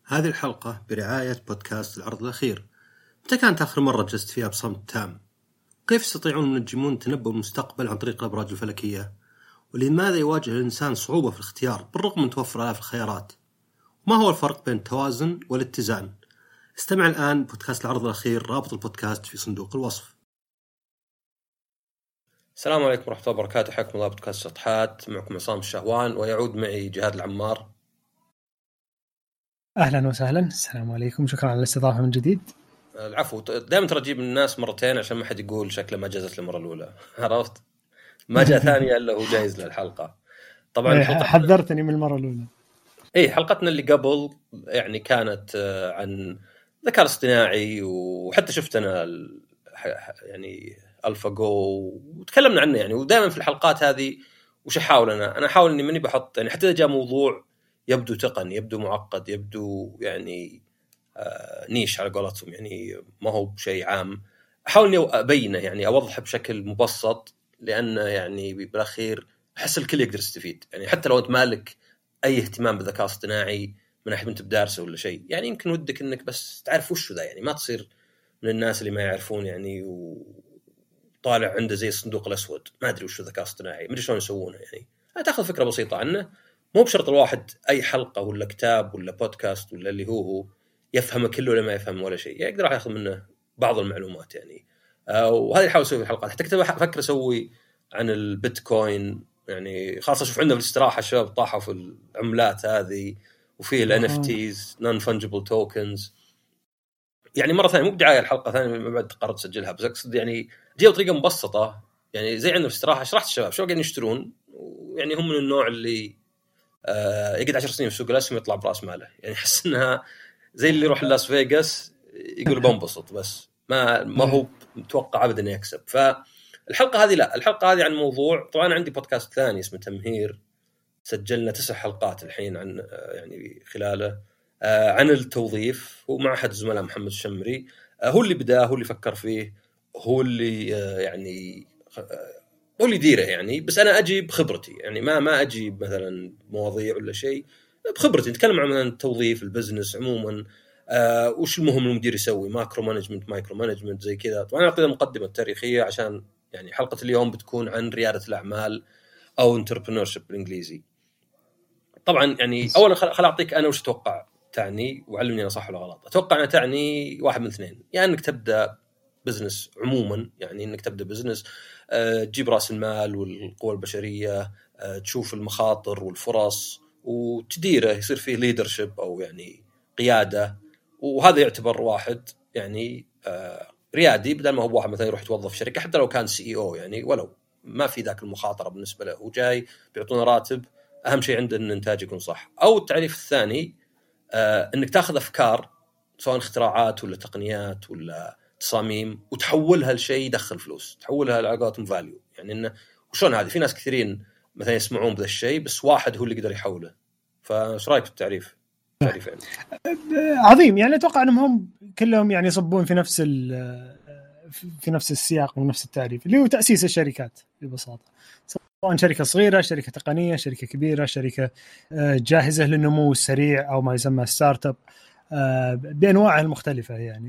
هذه الحلقة برعاية بودكاست العرض الأخير. متى كانت آخر مرة جلست فيها بصمت تام؟ كيف يستطيعون المنجمون تنبؤ المستقبل عن طريق الأبراج الفلكية؟ ولماذا يواجه الإنسان صعوبة في الاختيار بالرغم من توفر آلاف الخيارات؟ وما هو الفرق بين التوازن والاتزان؟ استمع الآن بودكاست العرض الأخير، رابط البودكاست في صندوق الوصف. السلام عليكم ورحمة الله وبركاته، حياكم الله بودكاست شطحات. معكم عصام الشهوان ويعود معي جهاد العمار. أهلا وسهلا، السلام عليكم، شكرا على الاستضافة من جديد. العفو، دائما ترى أجيب الناس مرتين عشان ما حد يقول شكله ما جازت المرة الأولى. عرفت؟ ما جاء ثانية إلا هو جايز للحلقة. طبعا حذرتني من المرة الأولى. حلقتنا اللي قبل يعني كانت عن ذكاء اصطناعي، وحتى شفت أنا يعني ألفا جو وتكلمنا عنه يعني. ودائما في الحلقات هذه وش أحاول أنا أحاول إني مني بحط يعني، حتى إذا جاء موضوع يبدو تقني، يبدو معقد، يبدو يعني نيش على قولتهم، يعني ما هو بشيء عام، أحاول إني أبينه يعني، أوضحه بشكل مبسط، لأن يعني بالأخير أحس الكل يقدر يستفيد يعني. حتى لو أنت مالك أي اهتمام بالذكاء الاصطناعي من ناحية أنت بدارسه ولا شيء يعني، يمكن ودك إنك بس تعرف وش ذا يعني، ما تصير من الناس اللي ما يعرفون يعني وطالع عنده زي الصندوق الأسود ما أدري وش الذكاء الاصطناعي، ما أدري شلون يسوونه يعني. تأخذ فكرة بسيطة عنه، مو بشرط الواحد أي حلقة ولا كتاب ولا بودكاست ولا اللي هو يفهمه كله ولا ما يفهم ولا شيء، يقدر يعني ياخذ منه بعض المعلومات يعني. وهذه حاول أسوي في الحلقات. حتى كنت أفكر أسوي عن البيتكوين يعني، خاصة أشوف عندنا في الاستراحة الشباب طاحوا في العملات هذه، وفيه ال NFTs non-fungible tokens يعني. مرة ثانية مو بدعاية الحلقة ثانية ما بعد قررت أسجلها، بس أقصد يعني جيب بطريقة مبسطة يعني، زي عندنا في الاستراحة شرحت الشباب شو قاعدين يشترون، يعني هم من النوع اللي يقعد 10 سنين في سوق الأسهم يطلع برأس ماله يعني. أحس إنها زي اللي يروح لاس فيغاس يقول بنبسط، بس ما هو متوقع أبدا يكسب. فالحلقة هذه لا، الحلقة هذه عن موضوع، طبعا أنا عندي بودكاست ثاني اسمه تمهير، سجلنا 9 حلقات الحين عن يعني خلاله عن التوظيف، ومع أحد الزملاء محمد الشمري. هو اللي بداه، هو اللي فكر فيه، هو اللي يعني هو اللي يديره يعني. بس أنا أجي بخبرتي يعني، ما أجي مثلا مواضيع ولا شيء، بخبرتي نتكلم عن التوظيف، البزنس عموما، وش المهم المدير يسوي، مايكرو مانجمنت زي كذا. طبعا أنا أعطي مقدمة تاريخية عشان يعني حلقة اليوم بتكون عن ريادة الأعمال أو entrepreneurship بالإنجليزي. طبعا يعني أولا خل أعطيك أنا وش أتوقع تعني، وعلمني أنا صح ولا غلط. أتوقع أنا تعني واحد من اثنين، يعني أنك تبدأ بزنس عموما، يعني أنك تبدأ بزنس، تجيب رأس المال والقوى البشرية، تشوف المخاطر والفرص وتديره، يصير فيه ليدرشيب أو يعني قيادة. وهذا يعتبر واحد يعني ريادي، بدل ما هو واحد مثلا يروح يتوظف في شركة حتى لو كان CEO يعني، ولو ما في ذاك المخاطرة بالنسبة له، وجاي بيعطونا راتب، أهم شيء عنده أن الإنتاج يكون صح. أو التعريف الثاني أنك تأخذ أفكار سواء اختراعات ولا تقنيات ولا تصاميم وتحولها لشيء يدخل فلوس، تحولها لعقاتهم فاليو يعني. إنه وشون هذه، في ناس كثيرين مثلا يسمعون بذا الشيء بس واحد هو اللي يقدر يحوله. فايش رايك في التعريف؟ تعريفين عظيم يعني. أتوقع أنهم هم كلهم يعني يصبون في نفس السياق ونفس التعريف اللي هو تأسيس الشركات ببساطة، سواء شركة صغيرة، شركة تقنية، شركة كبيرة، شركة جاهزة للنمو السريع أو ما يسمى ستارت اب بأنواعها المختلفة يعني.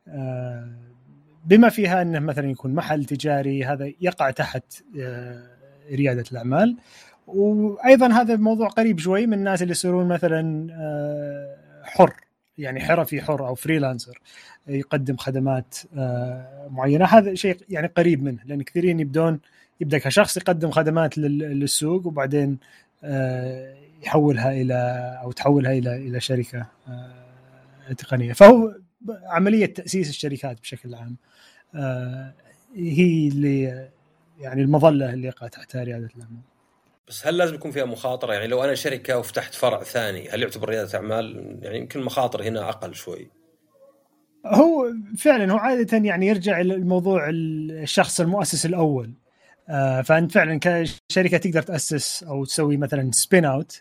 بما فيها أنه مثلا يكون محل تجاري، هذا يقع تحت ريادة الأعمال. وأيضا هذا موضوع قريب شوي من الناس اللي يصيرون مثلا حر يعني، حرفي حر أو فريلانسر يقدم خدمات معينة. هذا شيء يعني قريب منه، لأن كثيرين يبدأ كشخص يقدم خدمات للسوق، وبعدين يحولها تحولها إلى شركة تقنية. فهو عملية تأسيس الشركات بشكل عام هي اللي يعني المظلة اللي يقع تحتها ريادة الأعمال. بس هل لازم يكون فيها مخاطرة يعني؟ لو أنا شركة وفتحت فرع ثاني هل يعتبر ريادة أعمال يعني؟ يمكن المخاطر هنا أقل شوي. هو فعلا هو عادة يعني يرجع الموضوع الشخص المؤسس الأول. فأنت فعلا كشركة تقدر تأسس أو تسوي مثلا سبين أوت.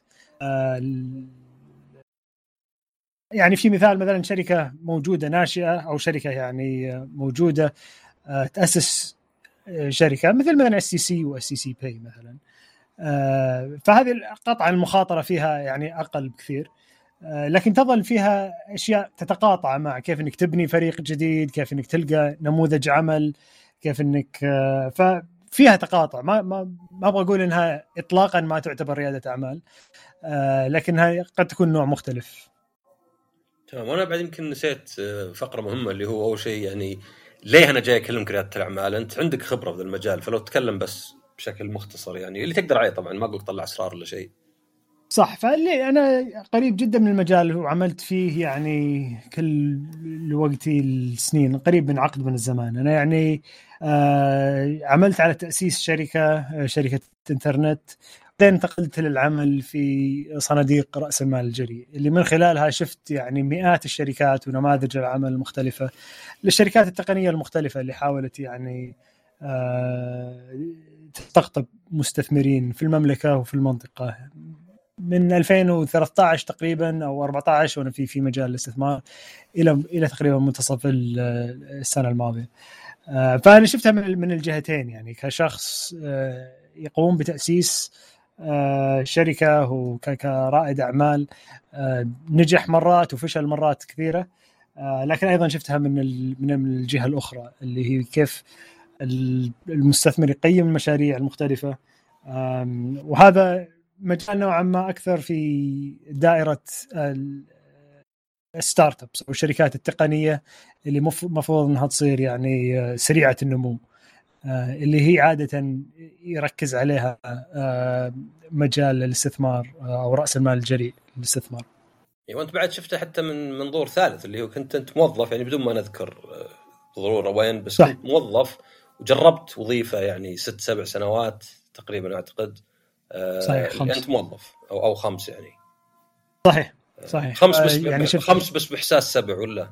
يعني في مثال مثلا شركة موجودة ناشئة أو شركة يعني موجودة تأسس شركة مثلا SCC و SCC Pay مثلا. فهذه قطعا المخاطرة فيها يعني أقل بكثير. لكن تظل فيها أشياء تتقاطع مع كيف إنك تبني فريق جديد، كيف إنك تلقى نموذج عمل، كيف إنك ففيها تقاطع. ما أبغى أقول إنها إطلاقا ما تعتبر ريادة أعمال، لكنها قد تكون نوع مختلف. تمام. وأنا بعد يمكن نسيت فقرة مهمة اللي هو أول شيء يعني ليه أنا جاي أكلمك ريادة الأعمال. أنت عندك خبرة في المجال، فلو تتكلم بس بشكل مختصر يعني اللي تقدر عليه. طبعا ما أقول طلع أسرار ولا شيء. صح. فاللي أنا قريب جدا من المجال وعملت فيه يعني كل وقتي السنين، قريب من عقد من الزمان. أنا يعني عملت على تأسيس شركة إنترنت، بعدين انتقلت للعمل في صناديق رأس المال الجريء، اللي من خلالها شفت يعني مئات الشركات ونماذج العمل المختلفة للشركات التقنية المختلفة اللي حاولت يعني تستقطب مستثمرين في المملكة وفي المنطقة. من 2013 تقريبا أو 14 وأنا في مجال الاستثمار إلى تقريبا منتصف السنة الماضية. فأنا شفتها من الجهتين، يعني كشخص يقوم بتأسيس شركة وكرائد أعمال، نجح مرات وفشل مرات كثيرة، لكن أيضا شفتها من الجهة الأخرى اللي هي كيف المستثمر يقيم المشاريع المختلفة. وهذا مجال نوعا ما أكثر في دائرة الستارت ابس أو الشركات التقنية اللي مفروض أنها تصير يعني سريعة النمو، اللي هي عادة يركز عليها مجال الاستثمار أو رأس المال الجريء للاستثمار. وأنت بعد شفته حتى من منظور ثالث اللي هو كنت أنت موظف، يعني بدون ما نذكر ضرورة وين، بس صح. كنت موظف وجربت وظيفة يعني 6-7 سنوات تقريبا أعتقد. صحيح. 5 أنت موظف أو 5 يعني. صحيح 5 بس يعني 5 بس بإحساس 7 ولا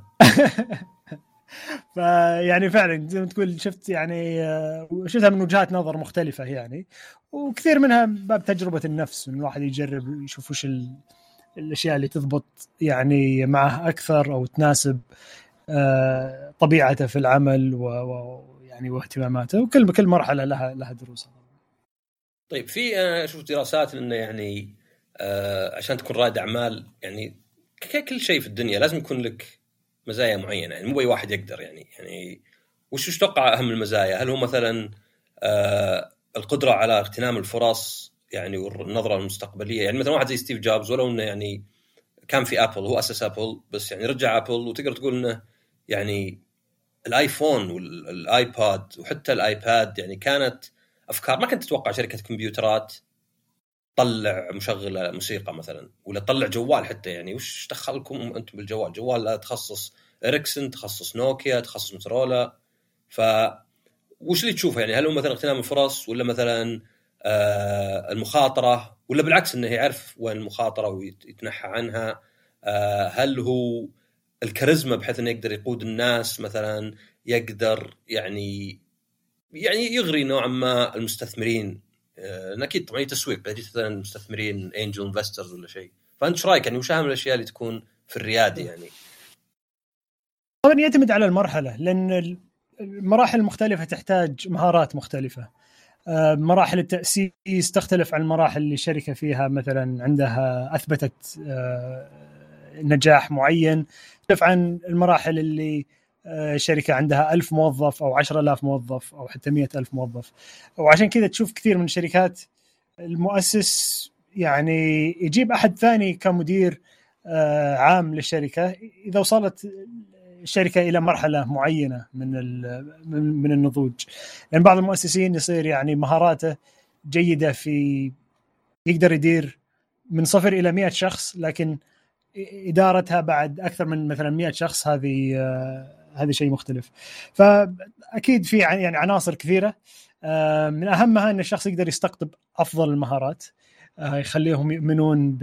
فيعني فعلا زي ما تقول شفت يعني شفتها من وجهات نظر مختلفة يعني، وكثير منها باب تجربة النفس، إن الواحد يجرب يشوف وش الأشياء اللي تضبط يعني معه أكثر أو تناسب طبيعته في العمل ويعني واهتماماته، وكل مرحلة لها دروسها. طيب في أنا شفت دراسات إنه يعني عشان تكون رائد أعمال يعني كل شيء في الدنيا لازم يكون لك مزايا معينة، يعني مو أي واحد يقدر يعني وش تتوقع أهم المزايا؟ هل هو مثلا القدرة على اغتنام الفرص يعني والنظرة المستقبلية؟ يعني مثلا واحد زي ستيف جوبز ولو إنه يعني كان في أبل، هو أسس أبل بس يعني رجع أبل، وتقدر تقول إنه يعني الآيفون والآيباد وحتى الآيباد يعني كانت أفكار ما كنت تتوقع شركة كمبيوترات طلع مشغلة موسيقى مثلا ولا طلع جوال حتى، يعني وش دخلكم أنتم بالجوال؟ جوال لا تخصص إريكسون، تخصص نوكيا، تخصص موتورولا. وش اللي تشوفه يعني؟ هل هو مثلا اغتنام الفرص ولا مثلا المخاطرة، ولا بالعكس انه يعرف وين المخاطرة ويتنحى عنها؟ هل هو الكاريزما بحيث انه يقدر يقود الناس مثلا، يقدر يعني يغري نوعا ما المستثمرين؟ اكيد طبعا تسويق مثلا المستثمرين انجل انفسترز ولا شيء. فانت ايش رايك يعني وش اهم الاشياء اللي تكون في الريادة يعني؟ طبعا يعتمد على المرحلة، لأن المراحل المختلفة تحتاج مهارات مختلفة. مراحل التأسيس تختلف عن المراحل اللي الشركة فيها مثلا عندها أثبتت نجاح معين، تختلف عن المراحل اللي شركة عندها 1000 موظف أو 10,000 موظف أو حتى 100,000 موظف. وعشان كذا تشوف كثير من الشركات المؤسس يعني يجيب أحد ثاني كمدير عام للشركة إذا وصلت الشركة إلى مرحلة معينة من النضوج، لأن بعض المؤسسين يصير يعني مهاراته جيدة في يقدر يدير من 0 إلى 100 شخص، لكن إدارتها بعد أكثر من مثلا 100 شخص هذا شيء مختلف. فأكيد في يعني عناصر كثيرة، من أهمها أن الشخص يقدر يستقطب أفضل المهارات، يخليهم يؤمنون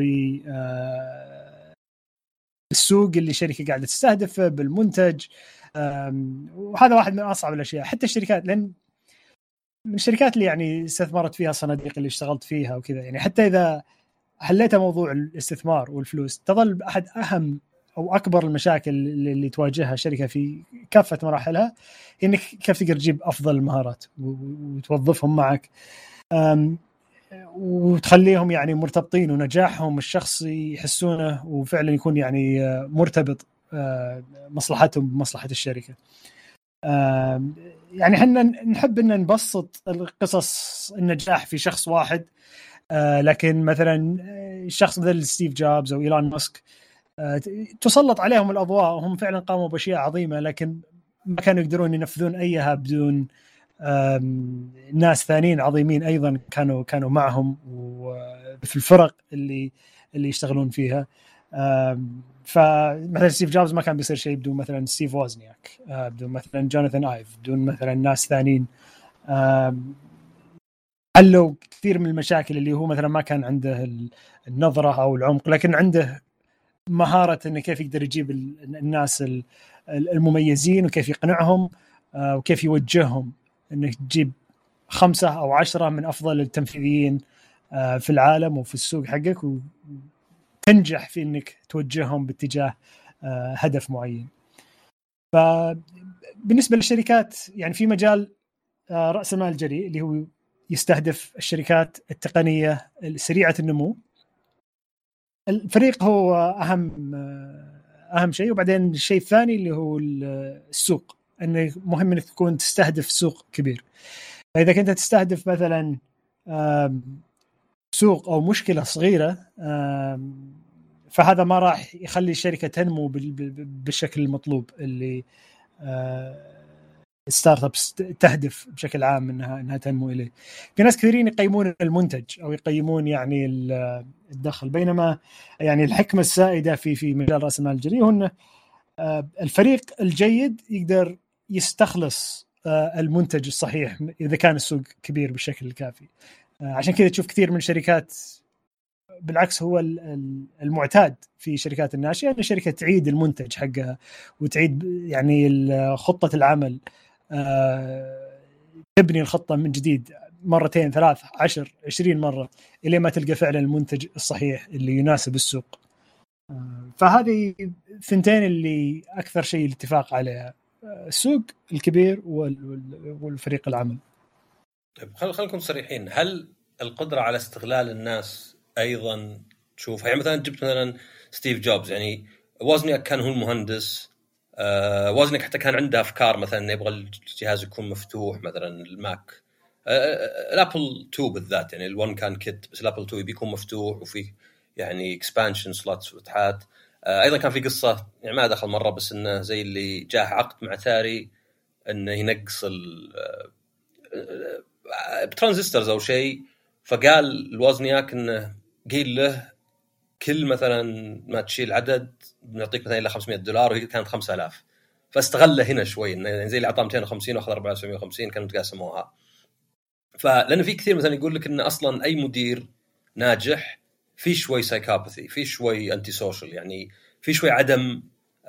بالسوق اللي الشركة قاعدة تستهدفه، بالمنتج. وهذا واحد من أصعب الأشياء. حتى الشركات، لأن من الشركات اللي يعني استثمرت فيها صناديق اللي اشتغلت فيها وكذا، يعني حتى إذا حليت موضوع الاستثمار والفلوس تظل أحد أهم أو أكبر المشاكل اللي تواجهها الشركة في كافة مراحلها إنك كيف تقدر تجيب أفضل المهارات وتوظفهم معك. وتخليهم يعني مرتبطين ونجاحهم الشخصي يحسونه وفعلا يكون يعني مرتبط مصلحتهم بمصلحة الشركة. يعني احنا نحب ان نبسط القصص النجاح في شخص واحد، لكن مثلا شخص مثل ستيف جوبز او إيلون ماسك تسلط عليهم الأضواء وهم فعلا قاموا بأشياء عظيمة، لكن ما كانوا يقدرون ينفذون أيها بدون ناس ثانيين عظيمين أيضا كانوا معهم وفي الفرق اللي يشتغلون فيها. فمثلا ستيف جوبز ما كان بيصير شيء بدون مثلا ستيف ووزنياك، بدون مثلا جوناثان آيف، بدون مثلا ناس ثانيين حلوا كثير من المشاكل اللي هو مثلا ما كان عنده النظرة أو العمق، لكن عنده مهارة إنه كيف يقدر يجيب الناس المميزين وكيف يقنعهم وكيف يوجههم، إنك تجيب 5 أو 10 من أفضل التنفيذيين في العالم وفي السوق حقك وتنجح في إنك توجههم باتجاه هدف معين. فبالنسبة للشركات يعني في مجال رأس المال الجريء اللي هو يستهدف الشركات التقنية سريعة النمو. الفريق هو أهم شيء، وبعدين الشيء الثاني اللي هو السوق، أنه مهم أنك تكون تستهدف سوق كبير. فإذا كنت تستهدف مثلا سوق أو مشكلة صغيرة فهذا ما راح يخلي الشركة تنمو بالشكل المطلوب اللي ستارت اب تهدف بشكل عام انها تنمو اليه. في ناس كثيرين يقيمون المنتج او يقيمون يعني الدخل، بينما يعني الحكمه السائده في مجال راس المال الجريء هو انه الفريق الجيد يقدر يستخلص المنتج الصحيح اذا كان السوق كبير بالشكل الكافي. عشان كذا تشوف كثير من الشركات بالعكس هو المعتاد في شركات الناشئه ان الشركه تعيد المنتج حقها وتعيد يعني خطه العمل، تبني الخطة من جديد 2 3 10 20 مرة إلى ما تلقى فعلا المنتج الصحيح اللي يناسب السوق. فهذه ثنتين اللي أكثر شيء الاتفاق عليها، السوق الكبير والفريق العمل. طيب خلينا نكون صريحين، هل القدرة على استغلال الناس أيضا تشوف؟ يعني مثلا جبت مثلا ستيف جوبز، يعني وزنياك كان هو المهندس، وزنك حتى كان عنده أفكار مثلا يبغى الجهاز يكون مفتوح، مثلا الماك الأبل 2 بالذات، يعني ال1 كان كيت بس الأبل 2 بيكون مفتوح وفيه يعني اكسبانشن سلوتس فتحات. أيضا كان في قصة يعني ما دخل مرة بس إنه زي اللي جاه عقد مع ثاري إنه ينقص بترانزستورز أو شيء، فقال الوزنياك إنه قيل له كل مثلا ما تشيل عدد بنعطيك مثلا إلى $500 وهي كانت 5000، فاستغله هنا شوي إنه زي اللي أعطاه 250 وأخذ 450 كانوا متقاسموها. فلأن في كثير مثلا يقول لك إن أصلا أي مدير ناجح في شوي سايكوباثي، في شوي أنتي سوشيال، يعني في شوي عدم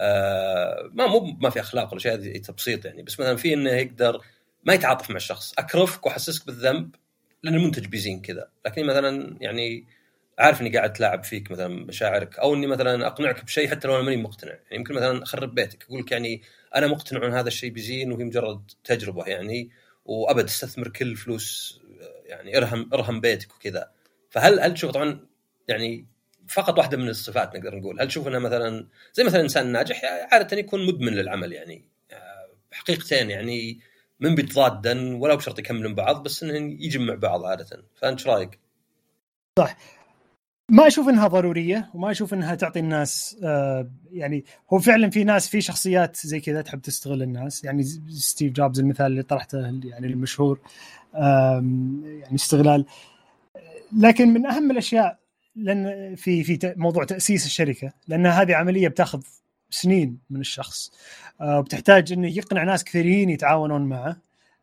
ما في أخلاق ولا شيء، هذه تبسيط يعني، بس مثلا في إنه يقدر ما يتعاطف مع الشخص، أكرفك وأحسسك بالذنب لأن المنتج بيزين كذا، لكن مثلا يعني عارف إني قاعد تلاعب فيك مثلا مشاعرك، أو إني مثلا أقنعك بشيء حتى لو أنا ماني مقتنع. يعني يمكن مثلا أخرب بيتك، أقولك يعني أنا مقتنع أن هذا الشيء بيزين وهي مجرد تجربة يعني، وأبد استثمر كل فلوس يعني ارهم بيتك وكذا. فهل تشوف طبعا يعني فقط واحدة من الصفات نقدر نقول، هل تشوف أنها مثلا زي مثلا إنسان ناجح عادة يكون مدمن للعمل، يعني حقيقتين يعني من بيتضادن ولا بشرط يكملون بعض بس إنهم يجمع بعض عادة. فأنت رايك؟ صح، ما أشوف إنها ضرورية وما أشوف إنها تعطي الناس يعني هو فعلا في ناس في شخصيات زي كذا تحب تستغل الناس، يعني ستيف جوبز المثال اللي طرحته يعني المشهور يعني استغلال. لكن من أهم الأشياء لأن في موضوع تأسيس الشركة، لأن هذه عملية بتاخذ سنين من الشخص وبتحتاج إنه يقنع ناس كثيرين يتعاونون معه.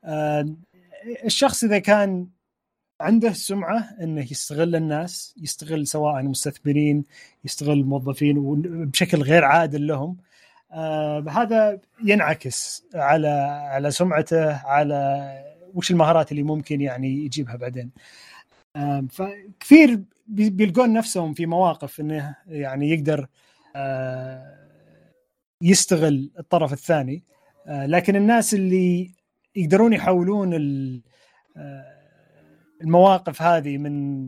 الشخص إذا كان عنده سمعة إنه يستغل الناس، يستغل سواء مستثمرين يستغل موظفين وبشكل غير عادل لهم، هذا ينعكس على سمعته، على وش المهارات اللي ممكن يعني يجيبها بعدين. فكثير بيلقون نفسهم في مواقف إنه يعني يقدر يستغل الطرف الثاني، لكن الناس اللي يقدرون يحولون المواقف هذه من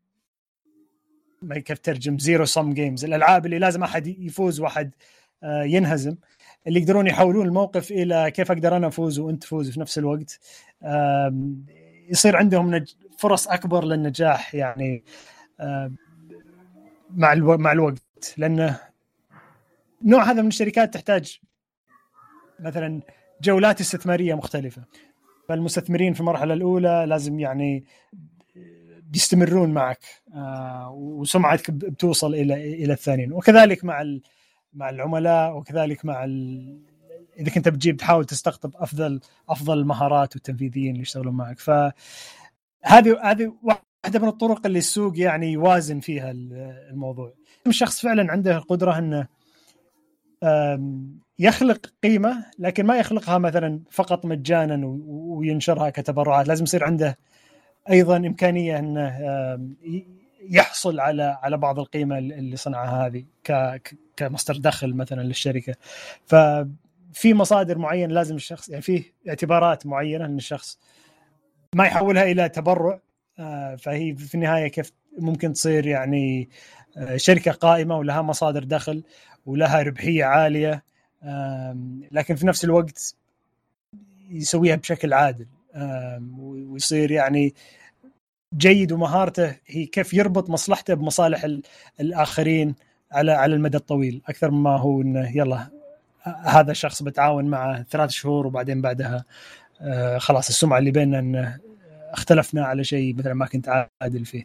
ما كيف ترجم زيرو سم جيمز، الألعاب اللي لازم أحد يفوز وأحد ينهزم، اللي يقدرون يحولون الموقف إلى كيف أقدر أنا أفوز وأنت تفوز في نفس الوقت. يصير عندهم فرص أكبر للنجاح يعني مع الوقت، لأنه نوع هذا من الشركات تحتاج مثلا جولات استثمارية مختلفة، فالمستثمرين في المرحلة الأولى لازم يعني بيستمرون معك وسمعتك بتوصل إلى الثانيين، وكذلك مع العملاء، وكذلك إذا كنت تحاول تستقطب أفضل المهارات والتنفيذيين اللي يشتغلون معك. فهذه واحدة من الطرق اللي السوق يعني يوازن فيها الموضوع. الشخص فعلا عنده القدرة أنه يخلق قيمة، لكن ما يخلقها مثلا فقط مجانا وينشرها كتبرعات، لازم يصير عنده أيضا إمكانية أنه يحصل على بعض القيمة اللي صنعها هذه كمصدر دخل مثلا للشركة. ففي مصادر معينة لازم الشخص يعني فيه اعتبارات معينة أن الشخص ما يحولها إلى تبرع، فهي في النهاية كيف ممكن تصير يعني شركة قائمة ولها مصادر دخل ولها ربحية عالية، لكن في نفس الوقت يسويها بشكل عادل، ويصير يعني جيد، ومهارته هي كيف يربط مصلحته بمصالح الآخرين على المدى الطويل، أكثر مما هو إنه يلا هذا الشخص بتعاون معه 3 شهور وبعدين بعدها خلاص السمعة اللي بيننا إنه اختلفنا على شيء مثلا ما كنت عادل فيه.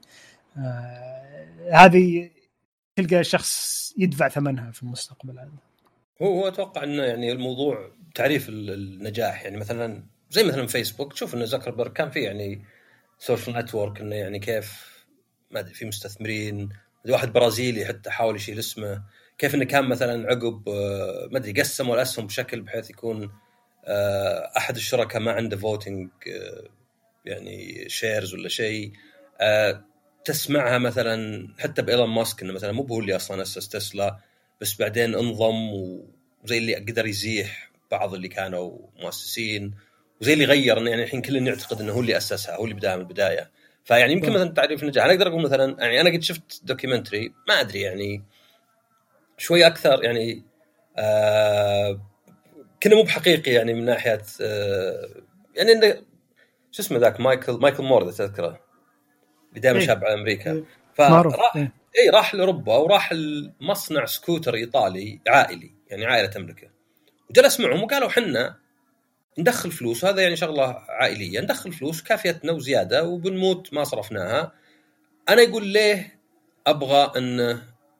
هذه تلقى شخص يدفع ثمنها في المستقبل. هذا هو أتوقع إنه يعني الموضوع تعريف النجاح، يعني مثلا زي مثلا فيسبوك، تشوف إنه زكربرج كان فيه يعني سوشيال نتورك، إنه يعني كيف ما أدري في مستثمرين، واحد برازيلي حتى حاول يشيل اسمه، كيف إنه كان مثلا عقب ما أدري قسموا الأسهم بشكل بحيث يكون أحد الشركاء ما عنده فوتينج يعني شيرز ولا شيء. تسمعها مثلا حتى بإيلون ماسك، إنه مثلا مو هو اللي أصلا أسس تسلا، بس بعدين انضم، وزي اللي قدر يزيح بعض اللي كانوا مؤسسين، وزي اللي غير إنه يعني الحين كلنا يعتقد إنه هو اللي أسسها، هو اللي بدأها من البداية. فيعني يمكن مثلا تعريف النجاح، أنا أقدر أقول مثلا يعني أنا قد شفت دوكيومنتري ما أدري يعني شوي أكثر يعني كنا مو بحقيقي يعني من ناحية يعني إنه شو اسمه ذاك مايكل مور إذا تذكره، اللي دائما شاب على أمريكا، فراح راح لأوروبا وراح المصنع سكوتر إيطالي عائلي، يعني عائلة تملكه، وجلس معهم وقالوا حنا ندخل فلوس، هذا يعني شغلة عائلية، ندخل فلوس كافيتنا وزيادة وبنموت ما صرفناها. أنا يقول ليه أبغى أن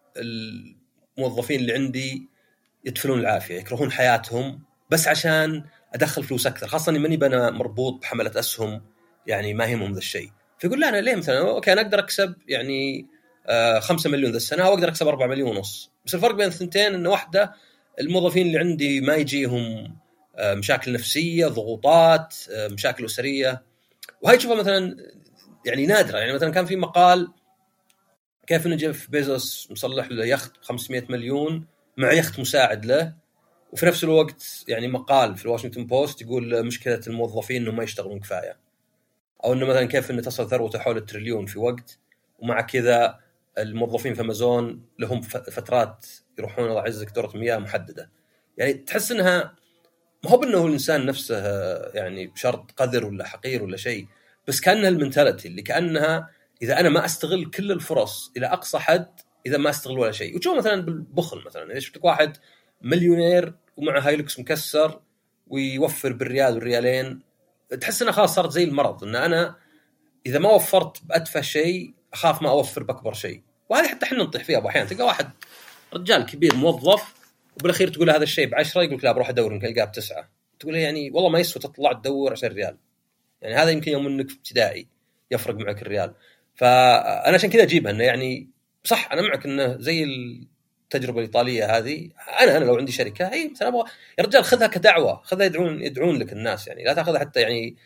الموظفين اللي عندي يدفلون العافية، يكرهون حياتهم بس عشان أدخل فلوس أكثر، خاصة أني ماني بنا مربوط بحملة أسهم يعني ما يهمهم ذا الشيء. فيقول لا أنا ليه مثلا أوكي أنا أقدر أكسب يعني 5 مليون ذا السنة وأقدر أكسب 4 مليون ونص، بس الفرق بين الثنتين إنه واحدة الموظفين اللي عندي ما يجيهم مشاكل نفسية، ضغوطات، مشاكل أسرية، وهي تشوفها مثلا يعني نادرة. يعني مثلا كان في مقال كيف إن جيف بيزوس مصلح له يخت 500 مليون مع يخت مساعد له، وفي نفس الوقت يعني مقال في الواشنطن بوست يقول مشكلة الموظفين إنه ما يشتغلون كفاية، أو إنه مثلا كيف إن تصل ثروته حول التريليون في وقت، ومع كذا الموظفين في أمازون لهم فترات يروحون الله عزك دورة مياه محددة. يعني تحس إنها ما هو بأنه الإنسان نفسه يعني بشرط قذر ولا حقير ولا شيء، بس كأنها المنتاليتي اللي كأنها إذا أنا ما أستغل كل الفرص إلى أقصى حد، إذا ما أستغل ولا شيء. وتشوف مثلا بالبخل، مثلا إذا شفتك واحد مليونير ومع هايلوكس مكسر ويوفر بالريال والريالين، تحس إنها خلاص صارت زي المرض، إن أنا إذا ما وفرت بأتفه شيء أخاف ما أوفر بأكبر شيء. وهذه حتى إحنا نطيح فيها أحيانا، تلقى واحد رجال كبير موظف وبالأخير تقول هذا الشيء ب10 يقولك لا بروح أدور يمكن ألقاه ب9، تقول يعني والله ما يسوى تطلع تدور عشان ريال. يعني هذا يمكن يوم إنك في ابتدائي يفرق معك الريال. فأنا عشان كذا أجيبها إنه يعني صح أنا معك إنه زي التجربة الإيطالية هذه، أنا لو عندي شركة هي مثلا أبغى يا رجال خذها كدعوة، خذها يدعون لك الناس، يعني لا تأخذها حتى يعني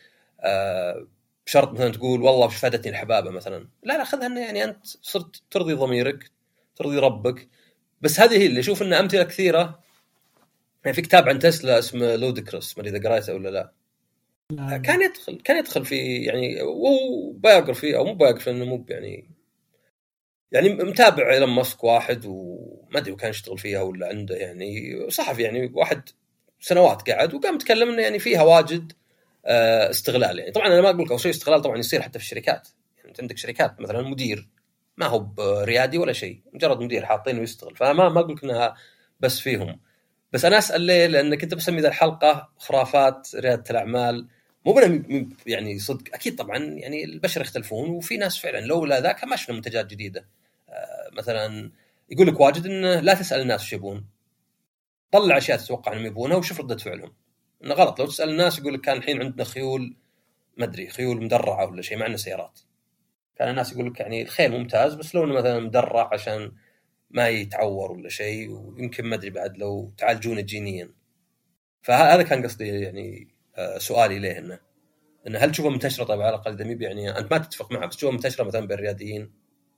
بشرط مثلا تقول والله وش فادتني الحبابة مثلا، لا خذها إنه يعني أنت صرت ترضي ضميرك ترضي ربك. بس هذه هي اللي أشوف إن أمثلة كثيرة. يعني في كتاب عن تسلا اسمه لوديكروس، ما أدري إذا قرأته ولا لا، كان يدخل في يعني وهو بايوغرافي او مو بايوغرافي انه مو يعني متابع إيلون ماسك واحد وما ادري وكان يشتغل فيها ولا عنده يعني صحفي يعني واحد سنوات قاعد وقام يتكلم انه يعني فيها واجد استغلال. يعني طبعا انا ما اقول لك اول شيء استغلال طبعا يصير حتى في الشركات. يعني انت عندك شركات مثلا مدير ما هو بريادي ولا شيء مجرد مدير حاطينه يشتغل. فما اقول لك انها بس فيهم. بس انا اسال ليه لان كنت بسمي ذا الحلقه خرافات رياده الاعمال. مو يعني صدق اكيد طبعا يعني البشر يختلفون وفي ناس فعلا لولا ذاك ما شفنا منتجات جديده. مثلا يقول لك واجد انه لا تسال الناس وش يبون طلع اشياء تتوقع انهم يبونها وشوف رده فعلهم. انه غلط لو تسال الناس يقول لك كان الحين عندنا خيول ما ادري خيول مدرعه ولا شيء مع انه سيارات. كان الناس يقول لك يعني الخيل ممتاز بس لو انه مثلا مدرع عشان ما يتعور ولا شيء ويمكن ما ادري بعد لو تعالجونه جينيا. فهذا كان قصدي يعني سؤالي ليه انه هل تشوفه منتشره طيب على الاقل دميب يعني انت ما تتفق معه بس تشوفه منتشره مثلا بين الرياديين.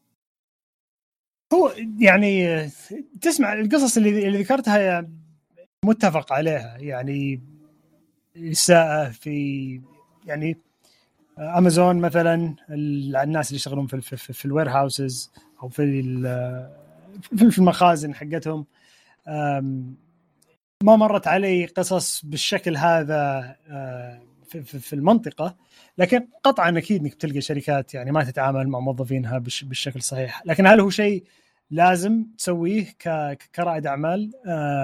هو يعني تسمع القصص اللي ذكرتها متفق عليها. يعني الساعة في يعني امازون مثلا الناس اللي يشتغلون في الوير هاوسز او في المخازن حقتهم ما مرت علي قصص بالشكل هذا في المنطقة. لكن قطعا أكيد إنك بتلقى شركات يعني ما تتعامل مع موظفينها بالشكل الصحيح. لكن هل هو شيء لازم تسويه كرائد أعمال؟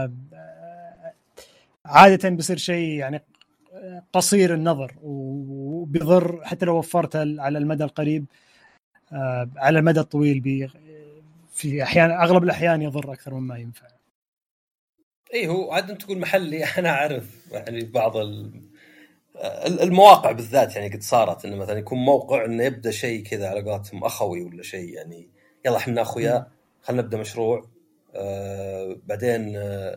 عادة بيصير شيء يعني قصير النظر وبيضر حتى لو وفرته على المدى القريب. على المدى الطويل في أحيان أغلب الأحيان يضر أكثر مما ينفع. ايه هو عاد انت تقول محلي انا اعرف يعني بعض المواقع بالذات يعني قد صارت انه مثلا يكون موقع انه يبدا شيء كذا على قولتهم اخوي ولا شيء يعني يلا احنا اخويا خلينا نبدا مشروع بعدين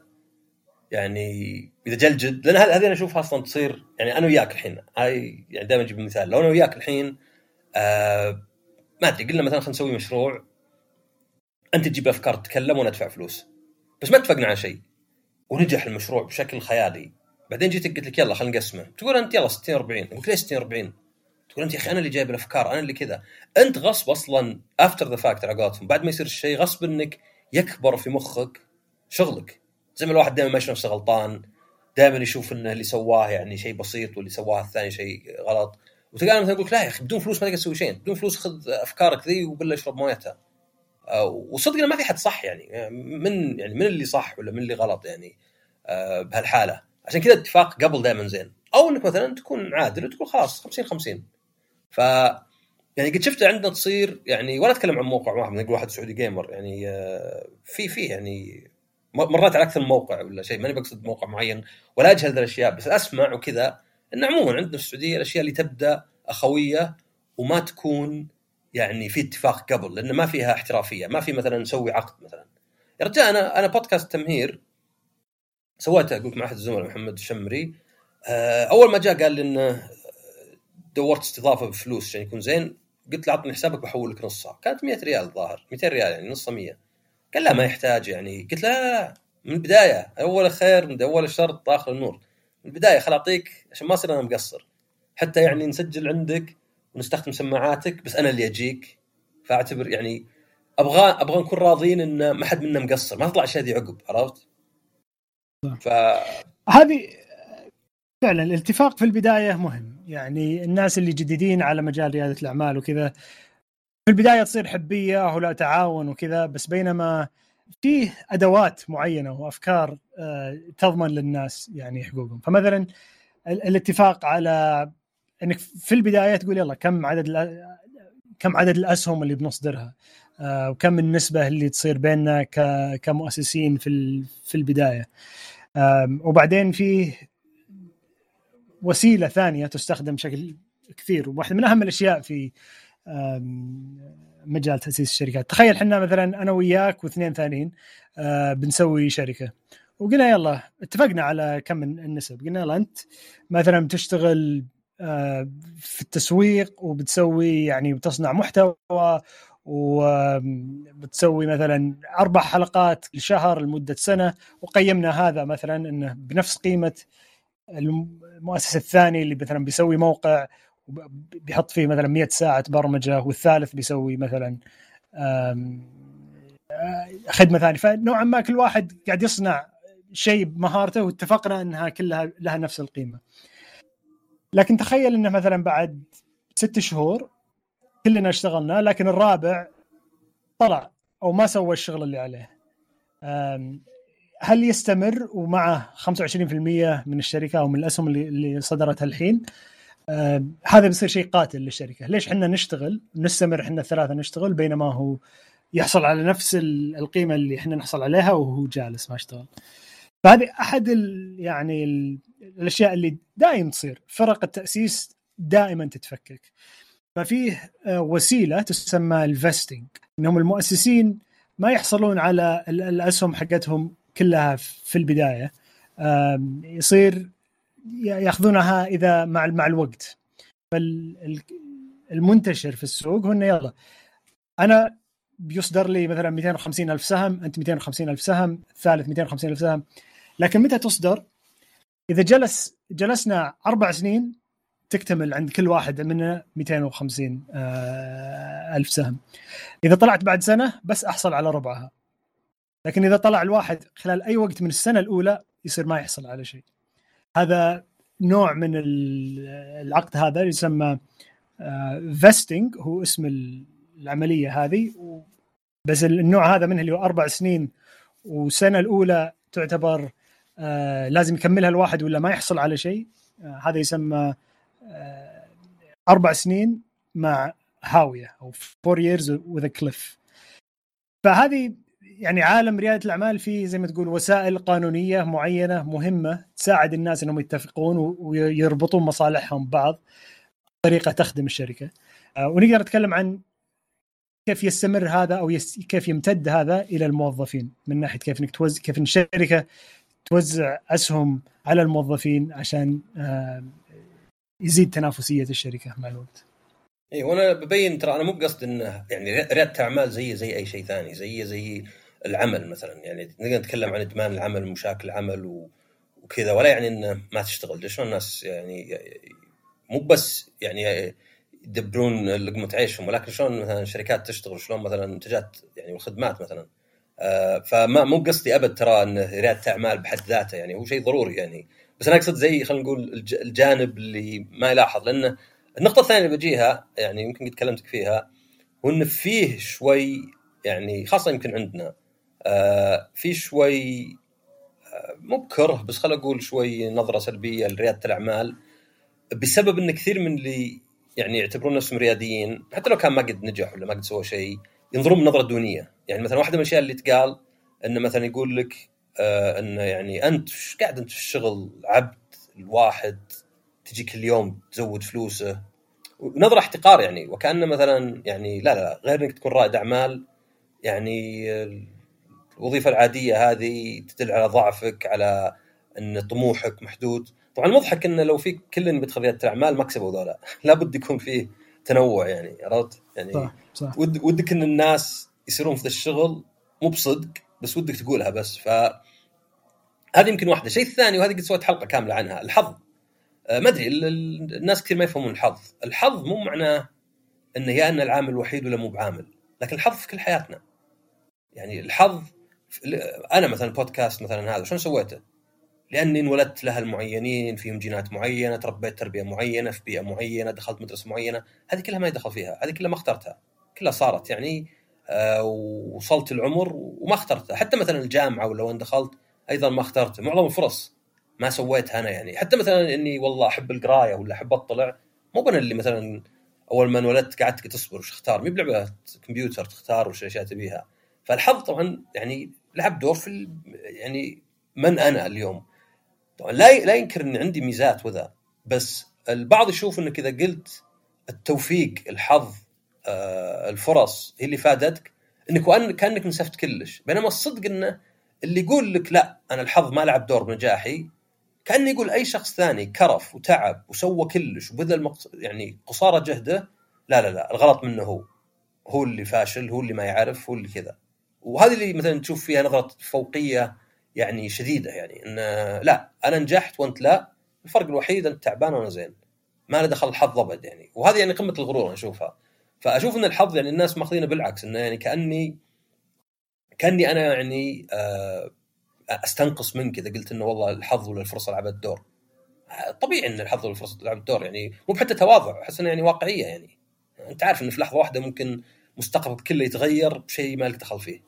يعني اذا جلجد لان هذه انا اشوفها اصلا تصير يعني انا وياك الحين هاي يعني دائما اجيب مثال لو انا وياك الحين ما ادري قلنا مثلا خلينا نسوي مشروع انت تجيب افكار تتكلم وانا ادفع فلوس بس ما اتفقنا على شيء ونجح المشروع بشكل خيالي. بعدين جيت قلت لك يلا خلينا نقسمه تقول انت يلا 60 40 قلت لي 60 40 تقول انت يا اخي انا اللي جايب الافكار انا اللي كذا. انت غصب اصلا افتر ذا فاكت عقاتهم بعد ما يصير الشيء غصب انك يكبر في مخك شغلك. زي ما الواحد دائما ما يشوف نفسه غلطان دائما يشوف انه اللي سواه يعني شيء بسيط واللي سواه الثاني شيء غلط. وتلقى مثلا يقول لا يا اخي بدون فلوس ما تقدر تسوي شيء بدون فلوس خذ افكارك ذي وبلا اشرب مويتها. وصدقنا ما في حد صح يعني من اللي صح ولا من اللي غلط يعني بهالحاله. عشان كذا اتفاق قبل دائما زين او انك مثلا تكون عادل وتقول خلاص 50-50. ف يعني قد شفت عندنا تصير يعني ولا اتكلم عن موقع واحد نقول واحد سعودي جيمر يعني في يعني مرات على اكثر من موقع ولا شيء ماني بقصد موقع معين ولا اجهل الاشياء بس اسمع وكذا ان عموما عندنا في السعوديه الاشياء اللي تبدا اخويه وما تكون يعني في اتفاق قبل لان ما فيها احترافيه ما في مثلا نسوي عقد مثلا. يا رجال انا بودكاست تمهير سويته اقول مع احد الزملاء محمد الشمري اول ما جاء قال لي انه دورت استضافه بفلوس عشان يكون زين قلت له عطني حسابك بحول لك نصها كانت 100 ريال ظاهر 200 ريال يعني نصها 100. قال لا ما يحتاج يعني قلت لا من البدايه اول خير من اول شرط اخر النور من البدايه خل اعطيك عشان ما اصير انا مقصر حتى يعني نسجل عندك ونستخدم سماعاتك بس انا اللي اجيك. فاعتبر يعني ابغى نكون راضين ان ما حد منا مقصر ما تطلع اشياء دي عقب عرفت. هذه فعلا الاتفاق في البداية مهم. يعني الناس اللي جديدين على مجال ريادة الأعمال وكذا في البداية تصير حبية ولا تعاون وكذا بس بينما فيه أدوات معينة وأفكار تضمن للناس يعني حقوقهم. فمثلا الاتفاق على أنك في البداية تقول يلا كم عدد الأسهم اللي بنصدرها وكم النسبة اللي تصير بيننا كمؤسسين في البداية. وبعدين فيه وسيلة ثانية تستخدم بشكل كثير وواحدة من أهم الأشياء في مجال تأسيس الشركات. تخيل حنا مثلا أنا وياك واثنين ثانيين بنسوي شركة وقلنا يلا اتفقنا على كم النسب. قلنا يلا أنت مثلا بتشتغل في التسويق وبتسوي يعني بتصنع محتوى وبتسوي مثلا 4 حلقات لشهر لمدة سنة وقيمنا هذا مثلا إنه بنفس قيمة المؤسس الثاني اللي مثلا بيسوي موقع بيحط فيه مثلا 100 ساعة برمجة، والثالث بيسوي مثلا خدمة ثانية. فنوعا ما كل واحد قاعد يصنع شيء بمهارته، واتفقنا أنها كلها لها نفس القيمة. لكن تخيل أنه مثلا بعد 6 شهور كلنا اشتغلنا، لكن الرابع طلع أو ما سوى الشغل اللي عليه. هل يستمر ومعه 25% من الشركة أو من الأسهم اللي صدرتها الحين؟ هذا بيصير شيء قاتل للشركة. ليش حنا نشتغل نستمر حنا الثلاثة نشتغل بينما هو يحصل على نفس القيمة اللي حنا نحصل عليها وهو جالس ما اشتغل؟ فهذه أحد يعني الأشياء اللي دائما تصير. فرق التأسيس دائما تتفكك. ففيه وسيلة تسمى الفستنج، إنهم المؤسسين ما يحصلون على الأسهم حقتهم كلها في البداية، يصير يأخذونها إذا مع الوقت. فالمنتشر في السوق هو إنه يلا أنا بيصدر لي مثلا 250,000 سهم، أنت 250,000 سهم، الثالث 250,000 سهم. لكن متى تصدر؟ إذا جلسنا 4 سنين تكتمل عند كل واحد مننا 250,000 سهم. إذا طلعت بعد سنة بس أحصل على ربعها. لكن إذا طلع الواحد خلال أي وقت من السنة الأولى يصير ما يحصل على شيء. هذا نوع من العقد هذا يسمى فيستنج، هو اسم العملية هذه. بس النوع هذا منه اللي هو 4 سنين، وسنة الأولى تعتبر لازم يكملها الواحد ولا ما يحصل على شيء. هذا يسمى 4 سنين مع هاوية أو 4 years with a cliff. فهذه يعني عالم ريادة الأعمال فيه زي ما تقول وسائل قانونية معينة مهمة تساعد الناس أنهم يتفقون ويربطون مصالحهم ببعض بطريقة تخدم الشركة. ونقدر نتكلم عن كيف يستمر هذا أو كيف يمتد هذا إلى الموظفين، من ناحية كيف الشركة توزع أسهم على الموظفين عشان يزيد تنافسية الشركة مع الوقت. اي وانا ببين ترى انا مو بقصد انه يعني رياده اعمال زي اي شيء ثاني، زي العمل مثلا. يعني نقدر نتكلم عن ادمان العمل ومشاكل العمل وكذا، ولا يعني انه ما تشتغل. شلون الناس يعني مو بس يعني يدبرون لقمة عيشهم، ولكن شلون مثلا شركات تشتغل، شلون مثلا منتجات يعني والخدمات مثلا. فما مو قصدي ابد ترى ان رياده اعمال بحد ذاته يعني هو شيء ضروري يعني، بس انا اقصد زي خلينا نقول الجانب اللي ما يلاحظ. لانه النقطة الثانية اللي بجيها يعني يمكن قد تكلمتك فيها، هو إن فيه شوي يعني خاصة يمكن عندنا في شوي مو بكره، بس خلينا أقول شوي نظرة سلبية لريادة الأعمال، بسبب إن كثير من اللي يعني يعتبرون نفسهم رياديين حتى لو كان ما قد نجح ولا ما قد سوى شيء ينظرون بنظرة دونية. يعني مثلا واحدة من الأشياء اللي تقال إن مثلا يقول لك إن يعني أنت قاعد أنت في الشغل عبد الواحد تجي كل يوم تزود فلوسه، ونظرة احتقار يعني، وكأنه مثلا يعني لا غير انك تكون رائد اعمال يعني الوظيفة العادية هذه تدل على ضعفك، على ان طموحك محدود. طبعا المضحك انه لو في كل بيدخل ريادة الاعمال ما كسبوا ذولا، لابد يكون فيه تنوع يعني، عرفت يعني؟ صح. ودك ان الناس يصيرون في الشغل مو بصدق، بس ودك تقولها بس. فهذه يمكن واحدة. شيء الثاني، وهذه قد سويت حلقة كاملة عنها، الحظ. ما أدري الناس كثير ما يفهمون الحظ. الحظ مو معناه إنه يا أن العامل الوحيد ولا مو بعامل، لكن الحظ في كل حياتنا. يعني الحظ أنا مثلا بودكاست مثلا هذا شلون سويته؟ لأني انولدت لها المعينين، فيهم جينات معينة، تربيت تربية معينة في بيئة معينة، دخلت مدرسة معينة. هذه كلها ما يدخل فيها، هذه كلها ما اخترتها، كلها صارت يعني وصلت العمر وما اخترتها. حتى مثلا الجامعة ولا وين دخلت أيضا ما اخترت. معظم الفرص ما سويتها أنا يعني. حتى مثلا إني والله أحب القراية ولا أحب أطلع، مو أنا اللي مثلا أول ما انولدت قعدت تصبر وش اختار، مي بلعبة كمبيوتر تختار وش أشياء تبيها. فالحظ طبعا يعني لعب دور في يعني من أنا اليوم. طبعا لا ينكر إن عندي ميزات وذا، بس البعض يشوف إنك إذا قلت التوفيق، الحظ، الفرص هي اللي فادتك، إنك كأنك نسفت كلش. بينما الصدق إنه اللي يقول لك لا أنا الحظ ما لعب دور بنجاحي، كأن يقول أي شخص ثاني كرف وتعب وسوى كلش وبذل يعني قصارى جهده، لا الغلط منه، هو اللي فاشل، هو اللي ما يعرف، هو اللي كذا. وهذه اللي مثلا تشوف فيها نظرة فوقية يعني شديدة، يعني إن لا أنا نجحت وأنت لا، الفرق الوحيد أنت تعبان وأنا زين، ما له دخل الحظ أبد يعني. وهذه يعني قمة الغرور أنا أشوفها. فأشوف أن الحظ يعني الناس ماخذينه بالعكس، إنه يعني كأني أنا يعني أستنقص منك إذا قلت إنه والله الحظ ولا الفرصة لعبت دور. طبيعي إن الحظ ولا الفرصة لعبت دور، يعني مو بحتى تواضع، أحس إنه يعني واقعية. يعني أنت عارف إن في لحظة واحدة ممكن مستقبلك كله يتغير بشيء ما لك دخل فيه.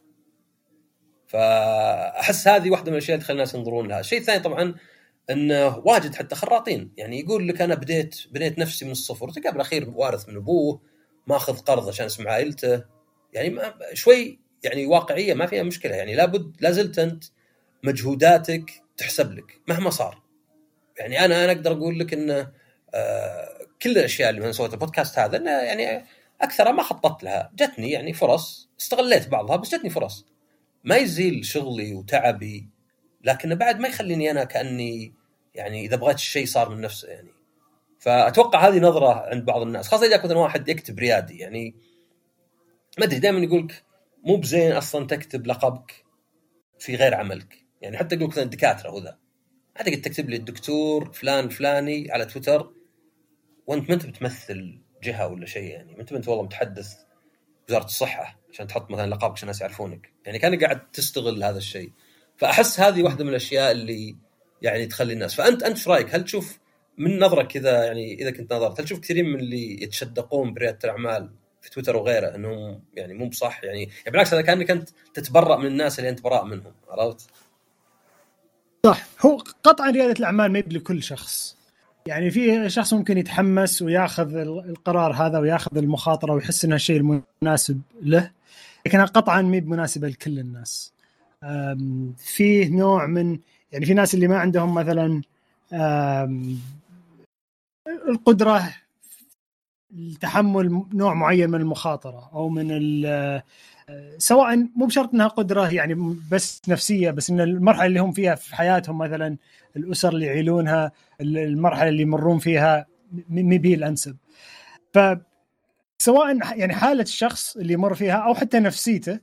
فأحس هذه واحدة من الأشياء اللي تخلي الناس ينظرون لها. الشيء الثاني طبعا انه واجد حتى خراطين يعني يقول لك انا بنيت نفسي من الصفر، تلقى بالاخير وارث من ابوه، ماخذ قرض عشان اسم عائلته. يعني شوي يعني واقعيه ما فيها مشكله. يعني لابد لازلت انت مجهوداتك تحسب لك مهما صار. يعني انا اقدر اقول لك ان كل الاشياء اللي من سويت البودكاست هذا انه يعني اكثرها ما خططت لها، جتني يعني فرص، استغليت بعضها بس جتني فرص. ما يزيل شغلي وتعبي، لكن بعد ما يخليني انا كاني يعني اذا بغيت الشيء صار من نفسه يعني. فاتوقع هذه نظره عند بعض الناس، خاصه اذا كنت واحد يكتب ريادي. يعني ما ادري، دائما يقولك مو بزين اصلا تكتب لقبك في غير عملك. يعني حتى يقولك مثلا الدكاتره وذا، حتى قد تكتب لي الدكتور فلان فلاني على تويتر وانت ما انت بتمثل جهه ولا شيء. يعني ما انت والله متحدث وزاره الصحه عشان تحط مثلا لقبك عشان الناس يعرفونك. يعني كان قاعد تستغل هذا الشيء. فاحس هذه واحده من الاشياء اللي يعني تخلي الناس. فانت ايش رايك؟ هل تشوف من نظرك كذا، يعني اذا كنت نظرت، هل تشوف كثيرين من اللي يتشدقون برياده الاعمال في تويتر وغيره انهم يعني مو بصح؟ يعني بالعكس هذا كانك انت تتبرأ من الناس اللي انت براء منهم، عرفت؟ صح. هو قطعا ريادة الأعمال ما يبي لكل شخص. يعني في شخص ممكن يتحمس وياخذ القرار هذا وياخذ المخاطرة ويحس إنه الشيء المناسب له، لكنها قطعا ما مناسبة لكل الناس. فيه نوع من يعني في ناس اللي ما عندهم مثلا القدرة لتحمل نوع معين من المخاطرة أو من سواء مو بشرط أنها قدرة يعني بس نفسية، بس إن المرحلة اللي هم فيها في حياتهم، مثلا الأسر اللي يعيلونها، المرحلة اللي يمرون فيها مبي الأنسب. فسواء يعني حالة الشخص اللي يمر فيها أو حتى نفسيته،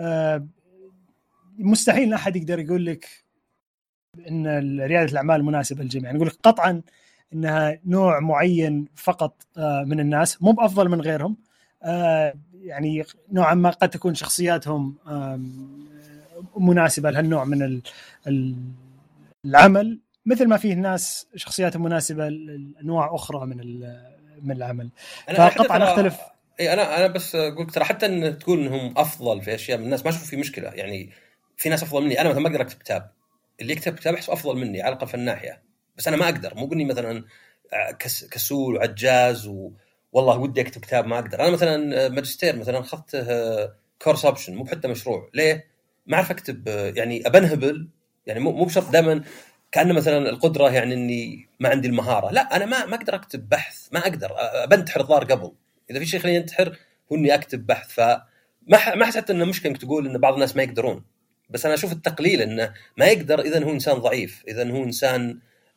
مستحيل أحد يقدر يقول لك إن ريادة الأعمال مناسبة للجميع. يعني نقول لك قطعا إنها نوع معين فقط من الناس، مو بأفضل من غيرهم. يعني نوعا ما قد تكون شخصياتهم مناسبة لهالنوع من العمل، مثل ما فيه ناس شخصياتهم مناسبة لأنواع أخرى من العمل. فقطعا أختلف. أنا بس قلت ترى حتى أن تقول إنهم أفضل في أشياء من الناس، ما أشوف في مشكلة. يعني في ناس أفضل مني، أنا مثلا ما أقدر أكتب كتاب، اللي يكتب كتاب أحس أفضل مني على الأقل في الناحية، بس أنا ما أقدر. مو بني مثلا كسول وعجاز والله ودي أكتب كتاب ما أقدر. أنا مثلا ماجستير مثلا أخذته كورس أوبشن، مو حتى مشروع. ليه؟ ما أعرف أكتب، يعني أبنهبل. يعني مو بشرط دائما كأنه مثلا القدرة يعني إني ما عندي المهارة. لا، أنا ما أقدر أكتب بحث، ما أقدر أبنتحر الظاهر قبل. إذا في شيء خليني أنتحر هو إني أكتب بحث. فما حسيت إنه مشكلة تقول إن بعض الناس ما يقدرون، بس أنا أشوف التقليل إنه ما يقدر إذا هو إنسان ضعيف، إذا هو إنسان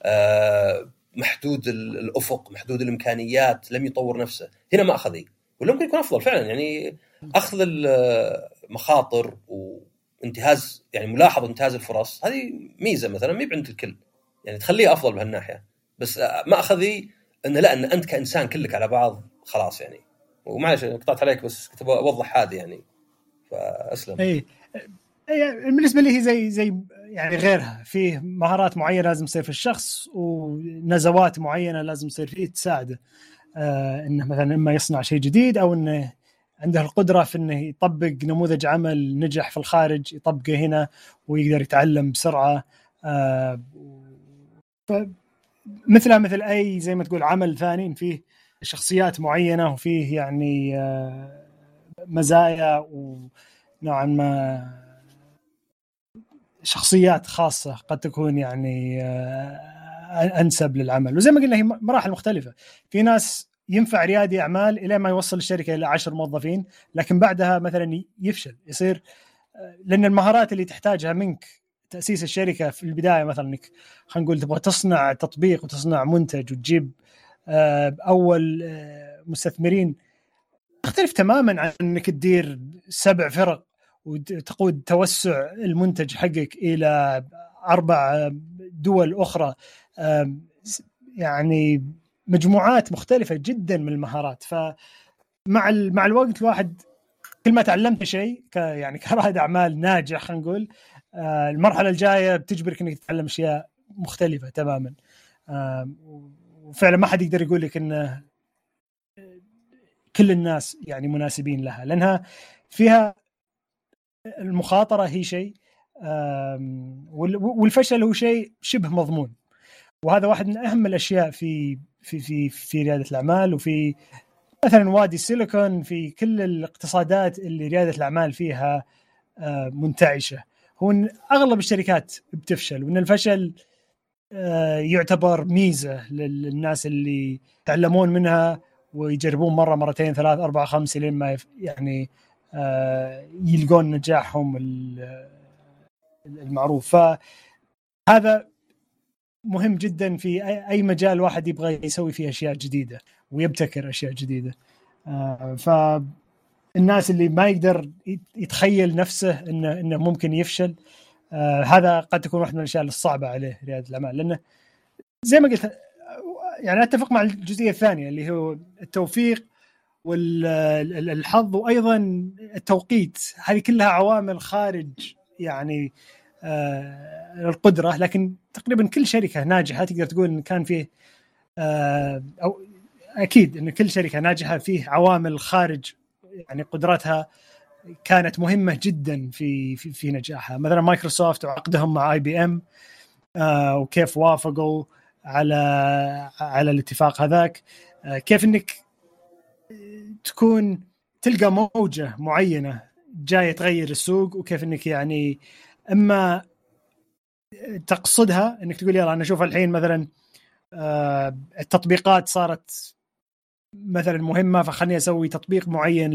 محدود الأفق، محدود الإمكانيات، لم يطور نفسه. هنا ما أخذي، ولا ممكن يكون أفضل فعلا. يعني أخذ المخاطر وانتهاز، يعني ملاحظة انتهاز الفرص، هذه ميزة مثلا ما عند الكل، يعني تخليه أفضل بهالناحية. بس ما أخذي إنه لا، إن أنت كإنسان كلك على بعض خلاص يعني. ومعلش قطعت عليك بس كنت أوضح هذه يعني. فأسلم. أي بالنسبة لي هي زي يعني غيرها، فيه مهارات معينة لازم تصير في الشخص ونزوات معينة لازم تصير فيه تساعده إنه مثلا إما يصنع شيء جديد أو إنه عنده القدرة في إنه يطبق نموذج عمل نجح في الخارج يطبقه هنا ويقدر يتعلم بسرعة. مثل أي زي ما تقول عمل ثاني فيه شخصيات معينة وفيه يعني مزايا ونوعا ما شخصيات خاصة قد تكون يعني أنسب للعمل. وزي ما قلنا هي مراحل مختلفة. في ناس ينفع ريادي أعمال إلى ما يوصل الشركة إلى 10 موظفين، لكن بعدها مثلا يفشل، يصير لأن المهارات اللي تحتاجها منك تأسيس الشركة في البداية، مثلا إنك خلينا نقول تبغى تصنع تطبيق وتصنع منتج وتجيب أول مستثمرين، تختلف تماما عن إنك تدير 7 فرق وتقود توسع المنتج حقك إلى 4 دول أخرى. يعني مجموعات مختلفة جدا من المهارات. فمع الوقت الواحد كل ما تعلمت شيء يعني كرائد أعمال ناجح خلينا نقول، المرحلة الجاية بتجبرك إنك تتعلم أشياء مختلفة تماما. وفعلا ما حد يقدر يقول لك إن كل الناس يعني مناسبين لها، لأنها فيها المخاطرة هي شيء، والفشل هو شيء شبه مضمون. وهذا واحد من أهم الأشياء في ريادة الأعمال، وفي مثلا وادي السيليكون، في كل الاقتصادات اللي ريادة الأعمال فيها منتعشة. هو إن أغلب الشركات بتفشل، وإن الفشل يعتبر ميزة للناس اللي يتعلمون منها ويجربون مرة مرتين ثلاث أربعة خمسة لين ما يعني يلقون نجاحهم المعروف. فهذا مهم جدا في أي مجال واحد يبغى يسوي فيه أشياء جديدة ويبتكر أشياء جديدة. فالناس اللي ما يقدر يتخيل نفسه إنه ممكن يفشل، هذا قد تكون واحدة من الأشياء الصعبة عليه ريادة الأعمال، لأنه زي ما قلت يعني أتفق مع الجزئية الثانية اللي هو التوفيق والحظ وأيضا التوقيت. هذه كلها عوامل خارج يعني القدرة، لكن تقريبا كل شركة ناجحة تقدر تقول إن كان فيه أو أكيد إن كل شركة ناجحة فيه عوامل خارج يعني قدرتها كانت مهمة جدا في نجاحها. مثلا مايكروسوفت وعقدهم مع IBM، وكيف وافقوا على الاتفاق هذاك، كيف إنك تكون تلقى موجة معينة جاية تغير السوق، وكيف إنك يعني إما تقصدها إنك تقول يلا أنا أشوف الحين مثلا التطبيقات صارت مثلا مهمة فخلني أسوي تطبيق معين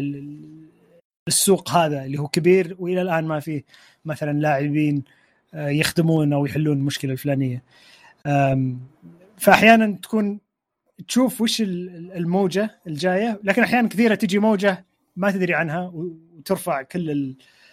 للسوق هذا اللي هو كبير وإلى الآن ما فيه مثلا لاعبين يخدمون أو يحلون المشكلة الفلانية. فأحيانا تكون تشوف وش الموجة الجاية، لكن أحيانا كثيرة تجي موجة ما تدري عنها وترفع كل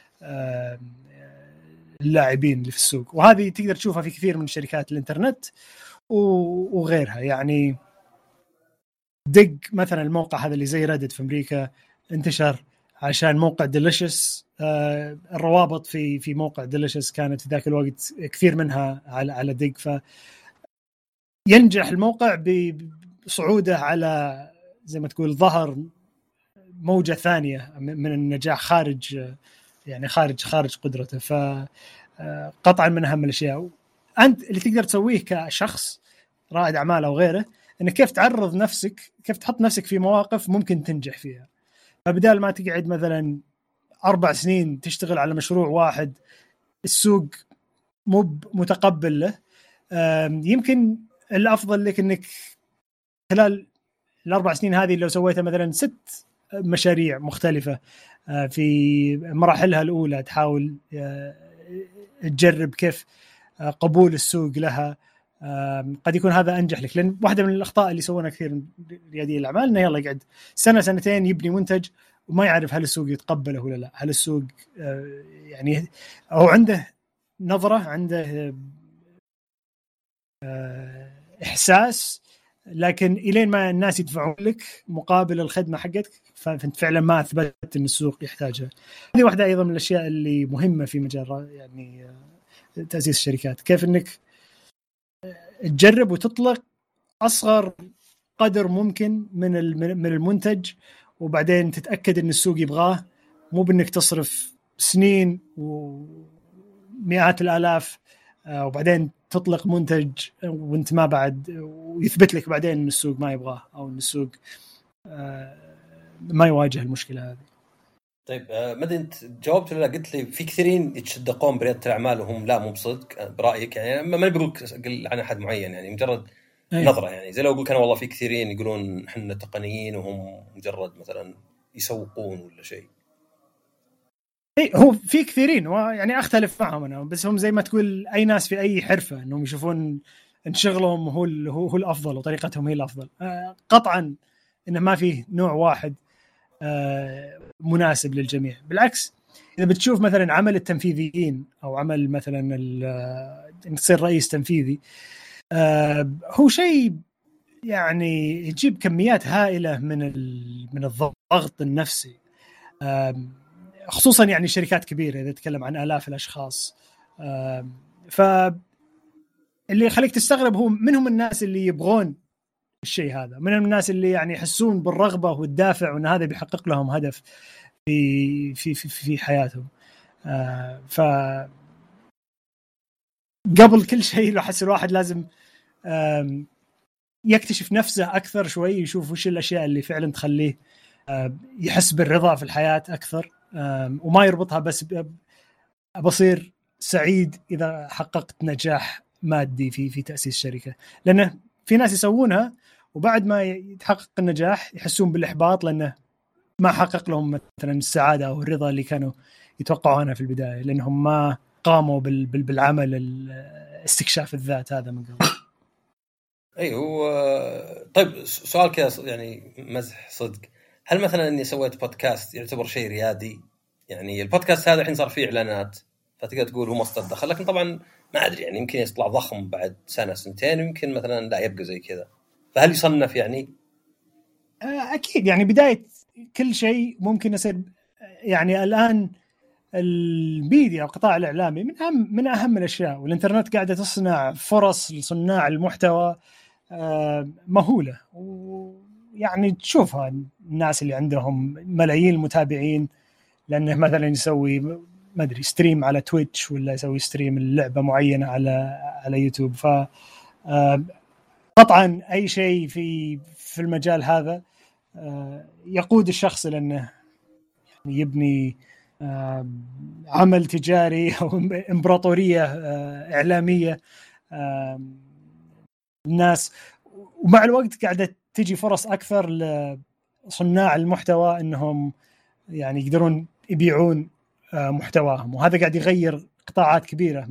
اللاعبين اللي في السوق. وهذه تقدر تشوفها في كثير من شركات الإنترنت وغيرها. يعني دق مثلا الموقع هذا اللي زي ريدت في أمريكا انتشر عشان موقع ديليشس. الروابط في موقع ديليشس كانت في ذاك الوقت كثير منها على دق، فينجح الموقع بصعوده على زي ما تقول ظهر موجة ثانية من النجاح خارج يعني خارج قدرته. فقطعا من أهم الأشياء أنت اللي تقدر تسويه كشخص رائد أعمال أو غيره، إنك كيف تعرض نفسك، كيف تحط نفسك في مواقف ممكن تنجح فيها. فبدال ما تقعد مثلا 4 سنين تشتغل على مشروع واحد السوق مو متقبل له، يمكن الأفضل لك إنك خلال 4 سنين هذه لو سويتها مثلا 6 مشاريع مختلفة في مراحلها الأولى، تحاول تجرب كيف قبول السوق لها، قد يكون هذا أنجح لك. لأن واحدة من الأخطاء اللي يسوونها كثير من ريادي الأعمال إنه يلا يقعد سنة سنتين يبني منتج وما يعرف هل السوق يتقبله ولا لا، هل السوق يعني أو عنده نظرة، عنده إحساس، لكن إلين ما الناس يدفعون لك مقابل الخدمة حقتك فأنت فعلا ما أثبتت أن السوق يحتاجها. هذه واحدة أيضا من الأشياء اللي مهمة في مجال يعني تأسيس الشركات، كيف أنك تجرب وتطلق أصغر قدر ممكن من المنتج، وبعدين تتأكد أن السوق يبغاه، مو بأنك تصرف سنين ومئات الآلاف وبعدين تطلق منتج وانت ما بعد ويثبت لك بعدين ان السوق ما يبغاه او ان السوق ما يواجه المشكله هذه. طيب مدى انت جاوبت ولا قلت لي في كثيرين يتصدقون بريادة الاعمال وهم لا مو بصدق برايك؟ يعني ما بقول عن احد معين، يعني مجرد نظره. يعني زي لو اقول انا والله في كثيرين يقولون احنا تقنيين وهم مجرد مثلا يسوقون ولا شيء. هو في كثيرين يعني اختلف معهم انا، بس هم زي ما تقول اي ناس في اي حرفه انهم يشوفون ان شغلهم هو الافضل وطريقتهم هي الافضل. قطعا انه ما في نوع واحد مناسب للجميع. بالعكس اذا بتشوف مثلا عمل التنفيذيين او عمل مثلا انك تصير رئيس تنفيذي، هو شيء يعني يجيب كميات هائلة من الضغط النفسي، خصوصا يعني شركات كبيرة إذا تتكلم عن آلاف الأشخاص. فاللي يخليك تستغرب هو منهم الناس اللي يبغون الشيء هذا، منهم الناس اللي يعني يحسون بالرغبة والدافع وأن هذا بيحقق لهم هدف في حياتهم. ف قبل كل شيء لو حس الواحد لازم يكتشف نفسه أكثر شوي، يشوف وش الأشياء اللي فعلا تخليه يحس بالرضا في الحياة أكثر، وما يربطها بس بصير سعيد إذا حققت نجاح مادي في تأسيس شركة. لأنه في ناس يسوونها وبعد ما يتحقق النجاح يحسون بالإحباط لأنه ما حقق لهم مثلا السعادة أو الرضا اللي كانوا يتوقعونها في البداية، لأنهم ما قاموا بالعمل استكشاف الذات هذا من قبل. ايوه. طيب سؤال كذا يعني مزح صدق، هل مثلا اني سويت بودكاست يعتبر شيء ريادي؟ يعني البودكاست هذا الحين صار فيه اعلانات فتقدر تقول هو مصدر دخل، لكن طبعا ما ادري يعني يمكن يطلع ضخم بعد سنة سنتين ويمكن مثلا لا يبقى زي كذا، فهل يصنف يعني؟ اكيد يعني بداية كل شيء ممكن يصير. يعني الان الميديا وقطاع الإعلامي من أهم الأشياء، والإنترنت قاعدة تصنع فرص لصناع المحتوى مهولة. ويعني تشوفها الناس اللي عندهم ملايين المتابعين لأنه مثلا يسوي ما أدري ستريم على تويتش ولا يسوي ستريم اللعبة معينة على يوتيوب. ف قطعا أي شيء في المجال هذا يقود الشخص لأنه يعني يبني عمل تجاري أو إمبراطورية إعلامية الناس. ومع الوقت قاعدة تجي فرص أكثر لصناع المحتوى أنهم يعني يقدرون يبيعون محتواهم، وهذا قاعد يغير قطاعات كبيرة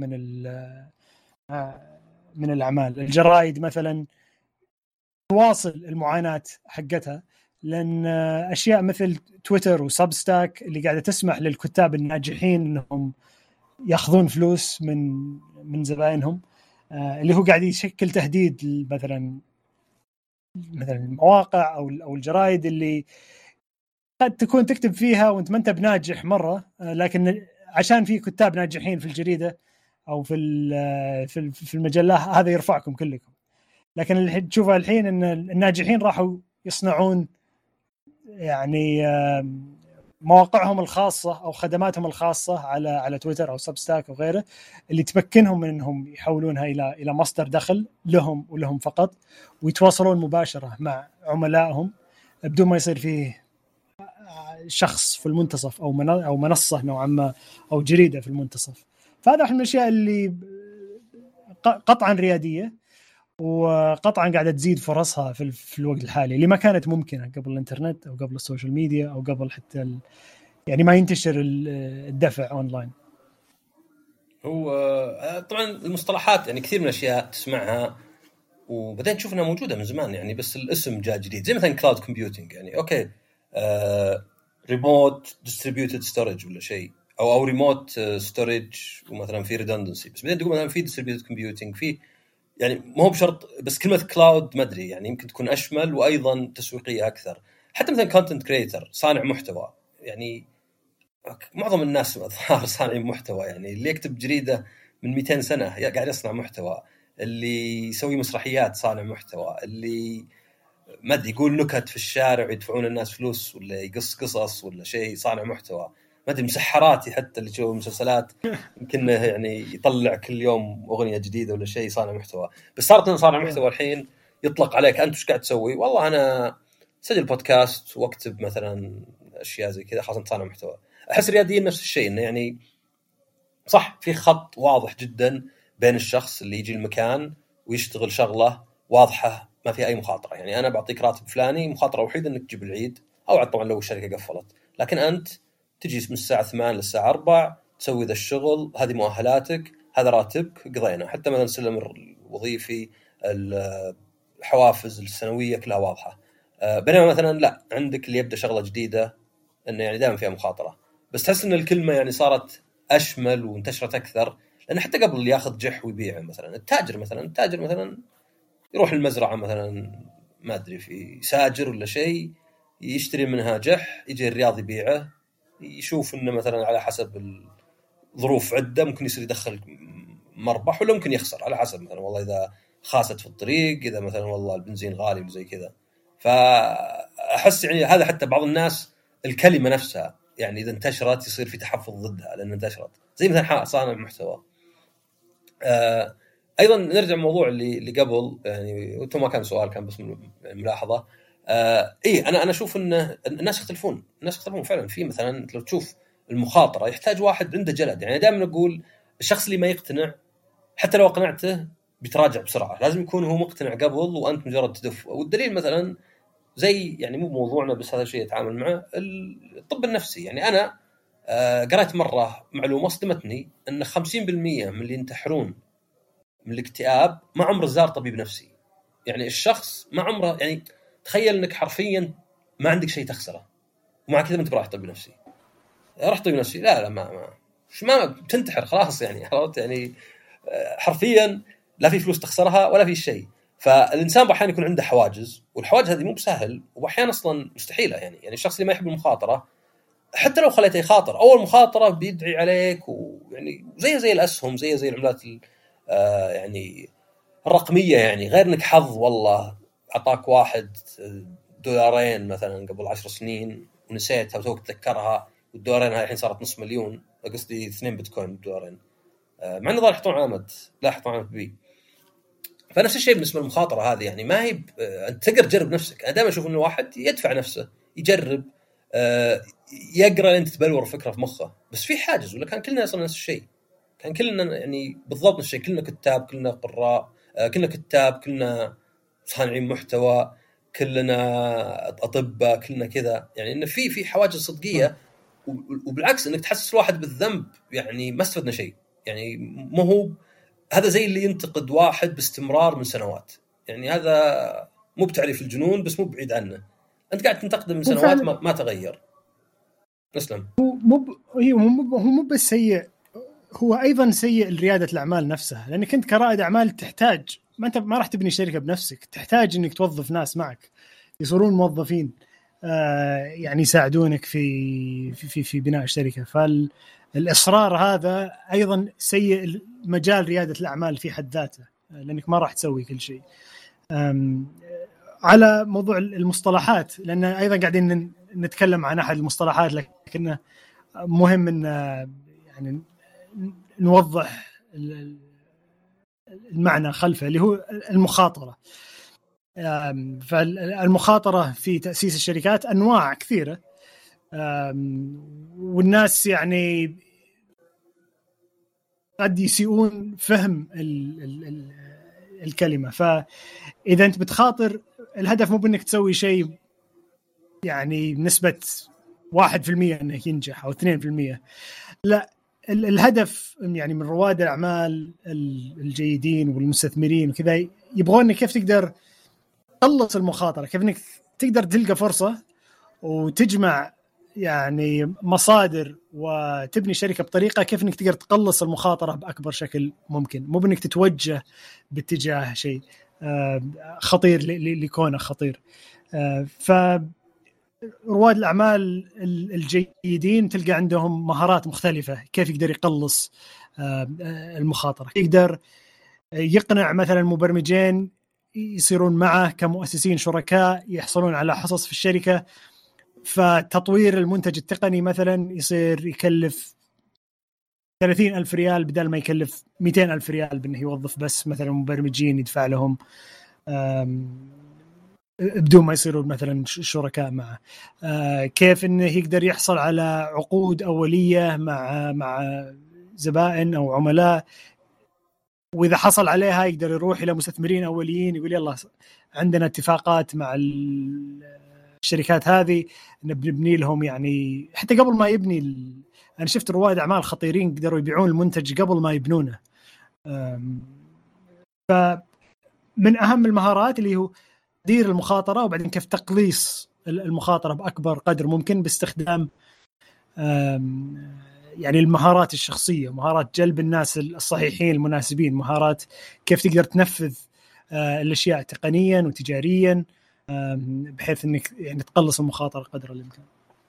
من الأعمال. الجرائد مثلا تواصل المعاناة حقتها، لأن أشياء مثل تويتر وسبستاك اللي قاعدة تسمح للكتاب الناجحين أنهم يأخذون فلوس من زبائنهم، اللي هو قاعد يشكل تهديد مثلا المواقع أو الجرائد اللي قد تكون تكتب فيها وانت ما انت بناجح مرة، لكن عشان في كتاب ناجحين في الجريدة أو في المجلة هذا يرفعكم كلكم. لكن اللي تشوفه الحين أن الناجحين راحوا يصنعون يعني مواقعهم الخاصة أو خدماتهم الخاصة على تويتر أو سبستاك أو غيره، اللي تمكنهم من أنهم يحولونها إلى مصدر دخل لهم ولهم فقط، ويتواصلون مباشرة مع عملائهم بدون ما يصير فيه شخص في المنتصف أو منصة نوعا ما أو جريدة في المنتصف. فهذا من الأشياء اللي قطعا ريادية، وقطعا قاعدة تزيد فرصها في الوقت الحالي اللي ما كانت ممكنة قبل الانترنت أو قبل السوشيال ميديا أو قبل حتى يعني ما ينتشر الدفع أونلاين. هو طبعا المصطلحات يعني كثير من الأشياء تسمعها وبعدين تشوف انها موجودة من زمان يعني، بس الاسم جاء جديد، زي مثلا كلاود كومبيوتينج يعني اوكي ريموت ديستريبيوتد ستورج ولا شيء، او ريموت ستورج ومثلا في ريدندنسي، بس بعدين تقول مثلا في ديستريبيوتد كومبيوتينج في يعني مو بشرط بس كلمة كلاود ما أدري يعني يمكن تكون أشمل وأيضا تسويقية أكثر. حتى مثلا كونتنت كريتر صانع محتوى، يعني معظم الناس أظهر صانعين محتوى، يعني اللي يكتب جريدة من 200 سنة قاعد يصنع محتوى، اللي يسوي مسرحيات صانع محتوى، اللي ما أدري يقول نكت في الشارع ويدفعون الناس فلوس ولا يقص قصص ولا شيء صانع محتوى، ما أدري مسحراتي حتى اللي يشوفوا مسلسلات يمكن يعني يطلع كل يوم أغنية جديدة ولا شيء صانع محتوى. بس صارت صانع محتوى الحين يطلق عليك أنت وش قاعد تسوي؟ والله أنا سجل بودكاست واكتب مثلا أشياء زي كذا، خاصة صانع محتوى. أحس رياديين نفس الشيء، إنه يعني صح في خط واضح جدا بين الشخص اللي يجي المكان ويشتغل شغلة واضحة ما فيها أي مخاطرة، يعني أنا بعطيك راتب فلاني، مخاطرة وحيدة إنك تجيب العيد أو طبعا لو الشركة قفلت، لكن أنت تجي من الساعة 8 للساعة 4 تسوي ذا الشغل، هذه مؤهلاتك، هذا راتبك، قضينا. حتى مثلا السلم الوظيفي، الحوافز السنوية كلها واضحة. بينما مثلا لا، عندك اللي يبدأ شغلة جديدة إنه يعني دائما فيها مخاطرة، بس تحس إن الكلمة يعني صارت أشمل وانتشرت أكثر لأن حتى قبل ياخذ جح ويبيعه مثلا التاجر مثلا يروح المزرعة مثلا ما أدري في ساجر ولا شيء يشتري منها جح، يجي الرياض يبيعه، يشوف إنه مثلا على حسب الظروف عدة ممكن يصير يدخل مربح ولا ممكن يخسر على حسب مثلا والله إذا خاست في الطريق، إذا مثلا والله البنزين غالي وزي كذا. فأحس يعني هذا حتى بعض الناس الكلمة نفسها يعني إذا انتشرت يصير في تحفظ ضدها لأن انتشرت، زي مثلا صانع محتوى. أيضا نرجع موضوع اللي قبل يعني وانتم ما كان سؤال كان بس ملاحظة. أنا أشوف إن الناس يختلفون فعلا. في مثلا لو تشوف المخاطرة يحتاج واحد عنده جلد، يعني دائما أقول الشخص اللي ما يقتنع حتى لو أقنعته بيتراجع بسرعة، لازم يكون هو مقتنع قبل وأنت مجرد تدف. والدليل مثلا زي يعني مو موضوعنا بس هذا الشيء يتعامل معه الطب النفسي. يعني أنا قرأت مرة معلومة صدمتني أن 50% من اللي ينتحرون من الاكتئاب ما عمره زار طبيب نفسي. يعني الشخص ما عمره، يعني تخيل أنك حرفيا ما عندك شيء تخسره ومع كذا أنت راح طبيب نفسي. راح طبيب نفسي لا ما تنتحر خلاص يعني عرفت يعني حرفيا لا في فلوس تخسرها ولا في شيء. فالإنسان أحيانا يكون عنده حواجز، والحواجز هذه مو بسهل وأحيانا أصلا مستحيلة. يعني الشخص اللي ما يحب المخاطرة حتى لو خليته يخاطر أول مخاطرة بيدعي عليك، ويعني زي الأسهم زي العملات يعني الرقمية، يعني غير إنك حظ والله أعطاك واحد $2 مثلا قبل 10 سنين ونسيتها وتوك تذكرها، والدولارين هاي الحين صارت $500,000، قصدي 2 بيتكوين $2 مع إنه ضل يحطون علامة لا يحطون علامة بي. فنفس الشيء بالنسبة للمخاطرة هذه، يعني ما هي أنت تقدر تجرب نفسك. أنا دائما أشوف إنه واحد يدفع نفسه يجرب يقرأ أنت تبلور فكرة في مخه، بس في حاجز ولا كان كلنا أصلا نفس الشيء، كان كلنا يعني بالضبط نفس الشيء، كلنا كتاب كلنا قراء كلنا كتاب كلنا صانعين محتوى كلنا أطباء كلنا كذا. يعني إنه في حواجز صدقية، وبالعكس إنك تحسس الواحد بالذنب يعني ما استفدنا شيء. يعني مو هو هذا زي اللي ينتقد واحد باستمرار من سنوات، يعني هذا مو بتعريف الجنون بس مو بعيد عنه. أنت قاعد تنتقد من سنوات ما تغير. أسلم هو مو بس سيء، هو أيضا سيء لريادة الأعمال نفسها، لأنك أنت كرائد أعمال تحتاج ما راح تبني شركة بنفسك، تحتاج إنك توظف ناس معك يصيرون موظفين يعني يساعدونك في بناء الشركة. فالإصرار هذا أيضا سيء مجال ريادة الأعمال في حد ذاته، لأنك ما راح تسوي كل شيء. على موضوع المصطلحات، لأن أيضا قاعدين نتكلم عن أحد المصطلحات، لكنه مهم أن يعني نوضح المعنى خلفه اللي هو المخاطرة. فالمخاطرة في تأسيس الشركات أنواع كثيرة، والناس يعني قد يسيئون فهم الكلمة. فإذا أنت بتخاطر الهدف مو بأنك تسوي شيء يعني نسبة 1% أنه ينجح أو 2%، لا، الهدف يعني من رواد الأعمال الجيدين والمستثمرين وكذا يبغون كيف تقدر تقلص المخاطرة، كيف انك تقدر تلقى فرصة وتجمع يعني مصادر وتبني شركة بطريقة كيف انك تقدر تقلص المخاطرة بأكبر شكل ممكن، مو بانك تتوجه باتجاه شيء خطير لكونه خطير. فرواد الأعمال الجيدين تلقى عندهم مهارات مختلفة كيف يقدر يقلص المخاطرة. يقدر يقنع مثلا مبرمجين يصيرون معه كمؤسسين شركاء يحصلون على حصص في الشركة، فتطوير المنتج التقني مثلا يصير يكلف 30,000 ريال بدل ما يكلف 200,000 ريال بأنه يوظف بس مثلا مبرمجين يدفع لهم بدون ما يصيروا مثلا شركاء معه. كيف انه يقدر يحصل على عقود أولية مع زبائن أو عملاء، وإذا حصل عليها يقدر يروح إلى مستثمرين أوليين يقول يلا عندنا اتفاقات مع الشركات هذه نبني لهم، يعني حتى قبل ما يبني أنا شفت رواد أعمال خطيرين قدروا يبيعون المنتج قبل ما يبنونه. فمن أهم المهارات اللي هو تدير المخاطرة، وبعدين كيف تقليص المخاطرة بأكبر قدر ممكن باستخدام يعني المهارات الشخصية، مهارات جلب الناس الصحيحين المناسبين، مهارات كيف تقدر تنفذ الأشياء تقنيا وتجاريا بحيث أنك يعني تقلص المخاطرة قدر الإمكان.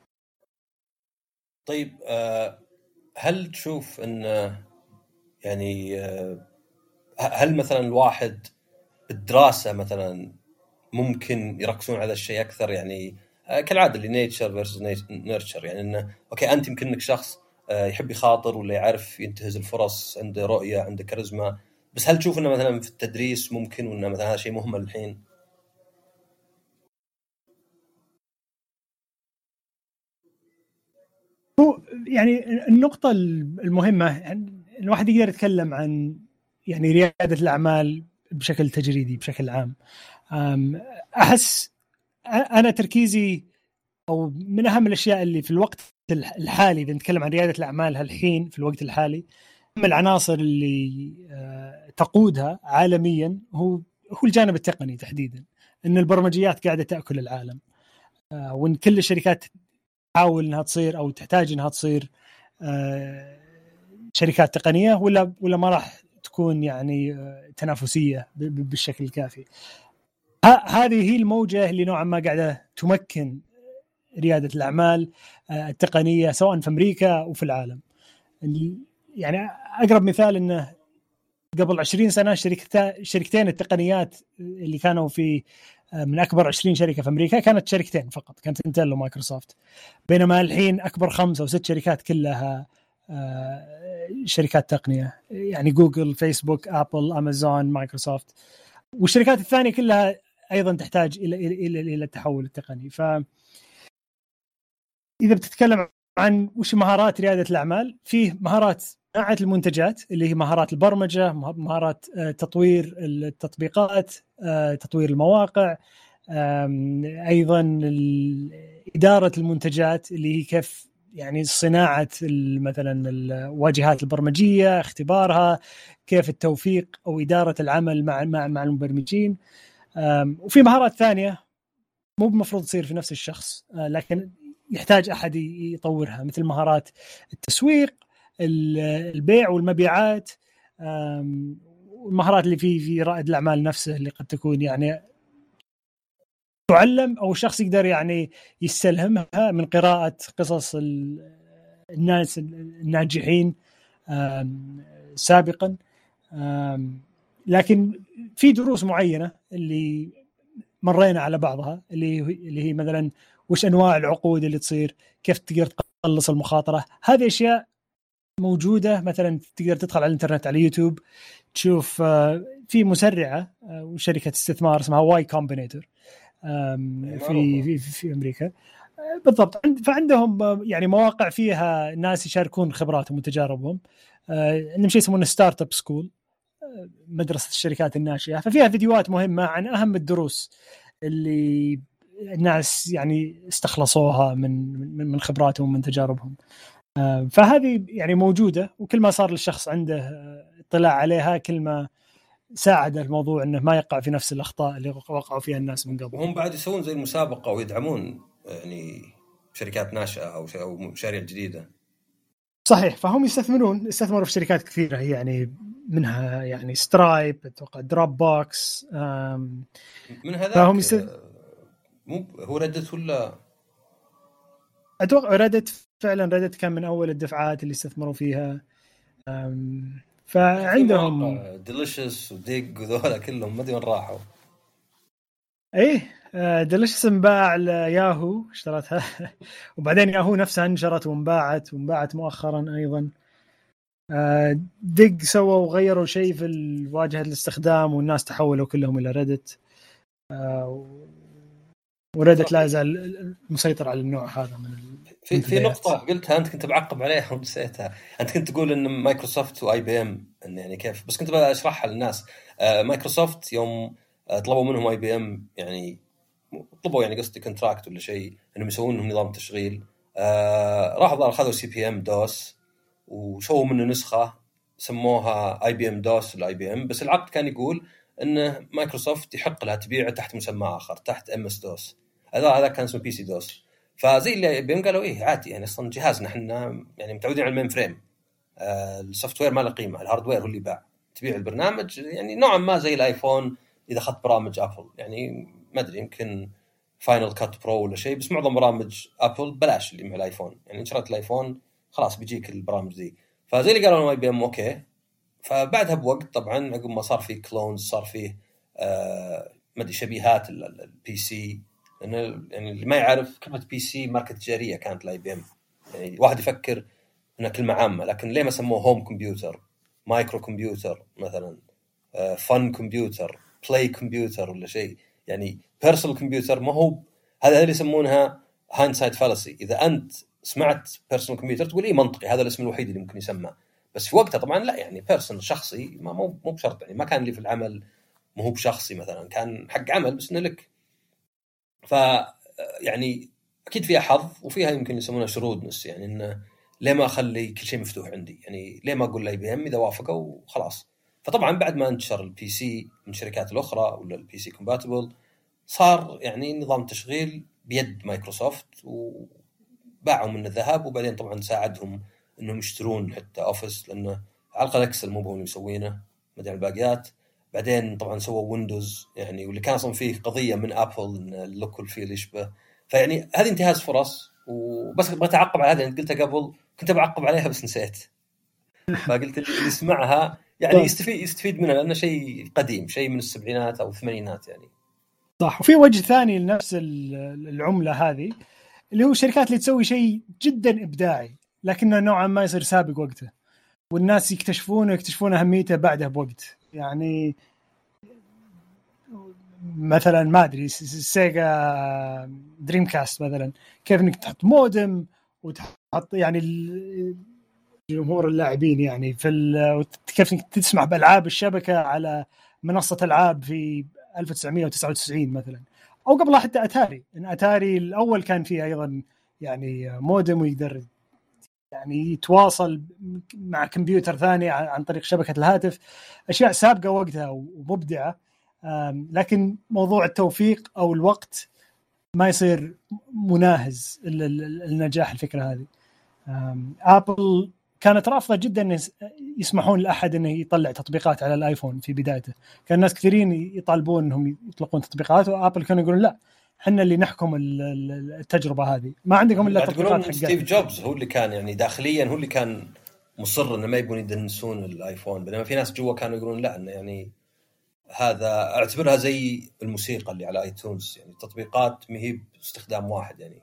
طيب هل تشوف أن يعني هل مثلا الواحد بالدراسة مثلا ممكن يركزون على الشيء أكثر، يعني كالعادة اللي نيتشر versus نيرتشر، يعني إنه أوكي أنت يمكن إنك شخص يحب يخاطر ولا يعرف ينتهز الفرص، عنده رؤية، عنده كاريزما، بس هل تشوف إنه مثلا في التدريس ممكن، وإنه مثلا هذا شيء مهمل الحين؟ هو يعني النقطة المهمة يعني الواحد يقدر يتكلم عن يعني ريادة الأعمال بشكل تجريدي بشكل عام. أحس أنا تركيزي أو من أهم الأشياء اللي في الوقت الحالي إذا نتكلم عن ريادة الأعمال هالحين في الوقت الحالي، من العناصر اللي تقودها عالميا هو الجانب التقني تحديدا. إن البرمجيات قاعدة تأكل العالم، وإن كل الشركات تحاول إنها تصير أو تحتاج إنها تصير شركات تقنية، ولا ما راح تكون يعني تنافسية بالشكل الكافي. هذه هي الموجة اللي نوعا ما قاعدة تمكن ريادة الأعمال التقنية سواء في أمريكا وفي العالم. يعني أقرب مثال أنه قبل 20 سنة شركتين التقنيات اللي كانوا في من أكبر 20 شركة في أمريكا كانت شركتين فقط، كانت انتل ومايكروسوفت، بينما الحين أكبر 5 أو 6 شركات كلها شركات تقنية، يعني جوجل، فيسبوك، أبل، أمازون، مايكروسوفت، والشركات الثانية كلها أيضا تحتاج إلى التحول التقني. فإذا بتتكلم عن وش مهارات ريادة الأعمال، فيه مهارات صناعة المنتجات اللي هي مهارات البرمجة، مهارات تطوير التطبيقات، تطوير المواقع، أيضا إدارة المنتجات اللي هي كيف يعني صناعة مثلا الواجهات البرمجية، اختبارها، كيف التوفيق أو إدارة العمل مع المبرمجين. وفي مهارات ثانية مو بمفروض تصير في نفس الشخص، لكن يحتاج أحد يطورها، مثل مهارات التسويق، البيع والمبيعات، والمهارات اللي في رائد الأعمال نفسه اللي قد تكون يعني تعلم أو شخص يقدر يعني يستلهمها من قراءة قصص الناس الناجحين سابقا. لكن في دروس معينة اللي مرينا على بعضها اللي هي مثلا وش أنواع العقود اللي تصير، كيف تقدر تقلص المخاطرة. هذه أشياء موجودة، مثلا تقدر تدخل على الانترنت على يوتيوب تشوف في مسرعة وشركة استثمار اسمها واي كومبينيتور في أمريكا بالضبط. فعندهم يعني مواقع فيها ناس يشاركون خبراتهم وتجاربهم. عندهم شيء يسمونه ستارت اب سكول، مدرسة الشركات الناشئة، ففيها فيديوهات مهمة عن أهم الدروس اللي الناس يعني استخلصوها من خبراتهم ومن تجاربهم. فهذه يعني موجودة، وكل ما صار للشخص عنده اطلاع عليها كل ما ساعد الموضوع انه ما يقع في نفس الاخطاء اللي وقعوا فيها الناس من قبل. وهم بعد يسوون زي المسابقة ويدعمون يعني شركات ناشئة او مشاريع جديدة. صحيح، فهم استثمروا في شركات كثيرة، يعني منها يعني سترايب، اتوقع دروب بوكس، من هذا مو هو ردت ولا اتوقع ردت، فعلا ردت كان من اول الدفعات اللي استثمروا فيها. فعندهم ديليشس وديج وذولا كلهم ما ادري وين راحوا. ايه ديليشس انباع لياهو، اشترتها وبعدين ياهو نفسها انشرت وانباعت مؤخرا ايضا. ديج سووا وغيروا شيء في واجهة الاستخدام والناس تحولوا كلهم الى ريدت، وردت لا يزال مسيطر على النوع هذا من في نقطة قلتها أنت كنت بعقب عليها ونسيتها. أنت كنت تقول إن مايكروسوفت وآي بي إم إن يعني كيف، بس كنت بشرحها للناس. مايكروسوفت يوم طلبوا منهم آي بي إم، يعني طلبوا يعني قصدي كونتراكت ولا شيء إنهم يسوون لهم نظام تشغيل، راحوا أخذوا سي بي إم دوس وسووا منه نسخة سموها آي بي إم دوس الآي بي إم، بس العقد كان يقول إن مايكروسوفت يحق لها تبيعه تحت مسمى آخر تحت MS دوس. هذا كان اسمه بي سي دوس. فزي اللي بيم قالوا ايه عادي يعني اصلا جهازنا احنا يعني متعودين على المين فريم، السوفت وير ما له قيمه، الهاردوير هو اللي باع، تبيع البرنامج يعني نوعا ما زي الايفون اذا اخذت برامج ابل، يعني ما ادري يمكن فاينل كات برو ولا شيء، بس معظم برامج ابل بلاش اللي مع الايفون، يعني ان شريت الايفون خلاص بيجيك البرامج دي. فزي اللي قالوا اي بي ام اوكي. فبعدها بوقت طبعا عقب ما صار فيه كلونز، صار فيه ما ادري شبيهات البي سي، لأن يعني اللي ما يعرف كلمه بي سي ماركه تجاريه كانت لاي بي ام، يعني واحد يفكر انها كلمه عامه، لكن ليه ما سموه هوم كمبيوتر، مايكرو كمبيوتر مثلا، فن كمبيوتر، بلاي كمبيوتر ولا شيء، يعني بيرسونال كمبيوتر ما هو هذا اللي يسمونها هايندسايد فالسي. اذا انت سمعت بيرسونال كمبيوتر تقول ايه منطقي هذا الاسم الوحيد اللي ممكن يسمى، بس في وقتها طبعا لا، يعني بيرسونال شخصي مو بشرط، يعني ما كان لي في العمل مو بشخصي مثلا، كان حق عمل بس انه لك. ف يعني اكيد فيها حظ وفيها يمكن يسمونها شرودنس، يعني انه ليه ما اخلي كل شيء مفتوح عندي، يعني ليه ما اقول لاي بي ام اذا وافقوا وخلاص. فطبعا بعد ما انتشر البي سي من الشركات الاخرى ولا البي سي كومباتبل، صار يعني نظام تشغيل بيد مايكروسوفت وباعوا من الذهب، وبعدين طبعا ساعدهم انهم يشترون حتى اوفيس، لانه على الاقل اكسل مو بهم يسوينه ما ادري الباقيات. بعدين طبعا سووا ويندوز يعني، واللي كان اصلا فيه قضيه من ابل ان اللوك والفيل يشبه، فيعني هذه انتهاز فرص. وبس بغيت اعقب على هذا، انت قلتها قبل كنت بعقب عليها بس نسيت، فقلت اللي يسمعها يعني يستفيد منها، لانه شيء قديم، شيء من السبعينات او الثمانينات يعني. صح. وفي وجه ثاني لنفس العمله هذه، اللي هو الشركات اللي تسوي شيء جدا ابداعي لكنه نوعا ما يصير سابق وقته، والناس يكتشفون اهميته بعدها بوقت. يعني مثلا ما ادري سيجا دريم كاست مثلا، كيف انك تحط مودم وتحط يعني جمهور اللاعبين يعني كيف انك تسمع بالعاب الشبكه على منصه العاب في 1999 مثلا، او قبلها حتى اتاري. ان اتاري الاول كان فيه ايضا يعني مودم ويقدر يعني يتواصل مع كمبيوتر ثاني عن طريق شبكه الهاتف، اشياء سابقه وقتها ومبدعه. لكن موضوع التوفيق او الوقت ما يصير مناهز النجاح الفكره هذه. ابل كانت رافضه جدا ان يسمحون لاحد انه يطلع تطبيقات على الايفون في بدايته. كان الناس كثيرين يطالبون انهم يطلقون تطبيقات، وابل كانوا يقولون لا، احنا اللي نحكم التجربه هذه، ما عندكم الا تطبيقات حقتنا. ستيف جوبز هو اللي كان يعني داخليا هو اللي كان مصر انه ما يبون يدنسون الايفون، بينما في ناس جوا كانوا يقولون لا، انه يعني هذا اعتبرها زي الموسيقى اللي على ايتونز، يعني تطبيقات مهيب استخدام واحد يعني.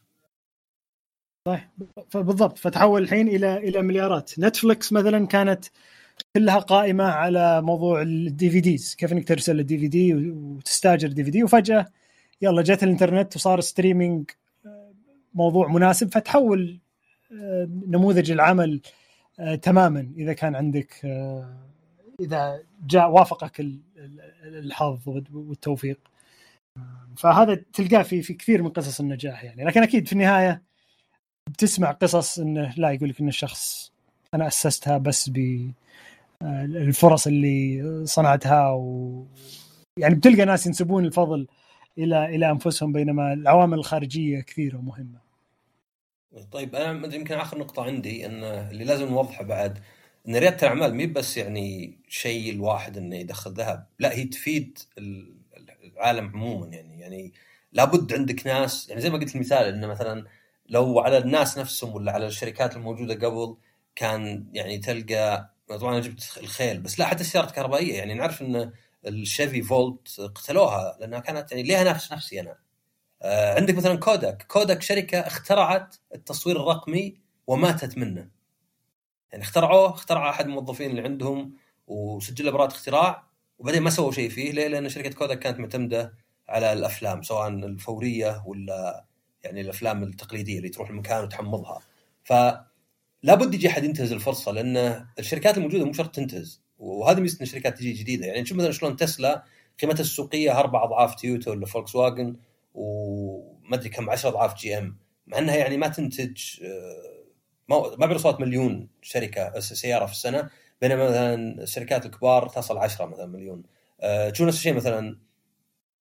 صح بالضبط. فتحول الحين الى مليارات. نتفليكس مثلا كانت كلها قائمه على موضوع الدي في ديز، كيف انك ترسل الدي في دي وتستاجر دي في دي، وفجاه يلا جت الانترنت وصار ستريمينج موضوع مناسب، فتحول نموذج العمل تماما اذا كان عندك اذا جاء وافقك الحظ والتوفيق. فهذا تلقاه في كثير من قصص النجاح يعني. لكن اكيد في النهايه بتسمع قصص انه لا، يقول لك ان الشخص انا اسستها بس بالفرص اللي صنعتها، يعني بتلقى ناس ينسبون الفضل الى انفسهم، بينما العوامل الخارجيه كثيره ومهمه. طيب انا يمكن اخر نقطه عندي ان اللي لازم نوضحها بعد، ان رياده الاعمال مي بس يعني شيء الواحد انه يدخل ذهب، لا هي تفيد العالم عموما يعني لابد عندك ناس، يعني زي ما قلت المثال انه مثلا لو على الناس نفسهم ولا على الشركات الموجوده قبل كان يعني تلقى، طبعا انا جبت الخيل بس لا، حتى السيارات الكهربائيه يعني نعرف ان الشيفي فولت قتلوها لانها كانت يعني ليها نفس نفسي انا. عندك مثلا كوداك شركه اخترعت التصوير الرقمي وماتت منه، يعني اخترع احد الموظفين اللي عندهم وسجل براءة اختراع، وبعدين ما سووا شيء فيه. ليه؟ لان شركه كوداك كانت معتمده على الافلام سواء الفوريه ولا يعني الافلام التقليديه اللي تروح المكان وتحمضها. فلا بد يجي احد ينتهز الفرصه، لان الشركات الموجوده مو شرط تنتهز، وهذه ميزه الشركات تجي جديده. يعني نشوف مثلا شلون تسلا قيمتها السوقيه 4 أضعاف تويوتا ولا فولكس واجن، وما ادري كم 10 أضعاف جي ام، مع انها يعني ما تنتج ما بيوصلت مليون شركه سياره في السنه، بينما مثلا الشركات الكبار تصل 10 مثلا مليون. تشوف نفس الشيء مثلا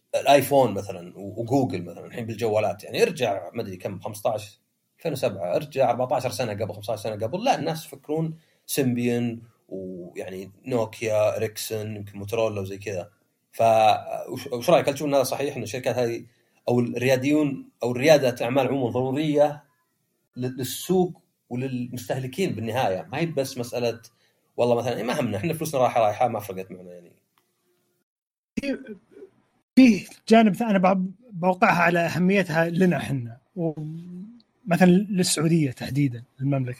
الايفون مثلا وجوجل مثلا الحين بالجوالات، يعني ارجع ما ادري كم 15 2007 ارجع 14 سنه قبل 15 سنه قبل، لا الناس يفكرون سيمبيون ويعني نوكيا اريكسون يمكن موتورولا وزي كذا. وش رايك؟ هل تشوف ان هذا صحيح ان الشركات هذه او الرياديون او رياده الاعمال عموما ضروريه للسوق وللمستهلكين بالنهايه، ما هي بس مساله والله مثلا ما همنا احنا فلوسنا رايحه ما فرقت معنا؟ يعني في جانب انا بوقعها على اهميتها لنا احنا ومثلا للسعوديه تحديدا المملكه.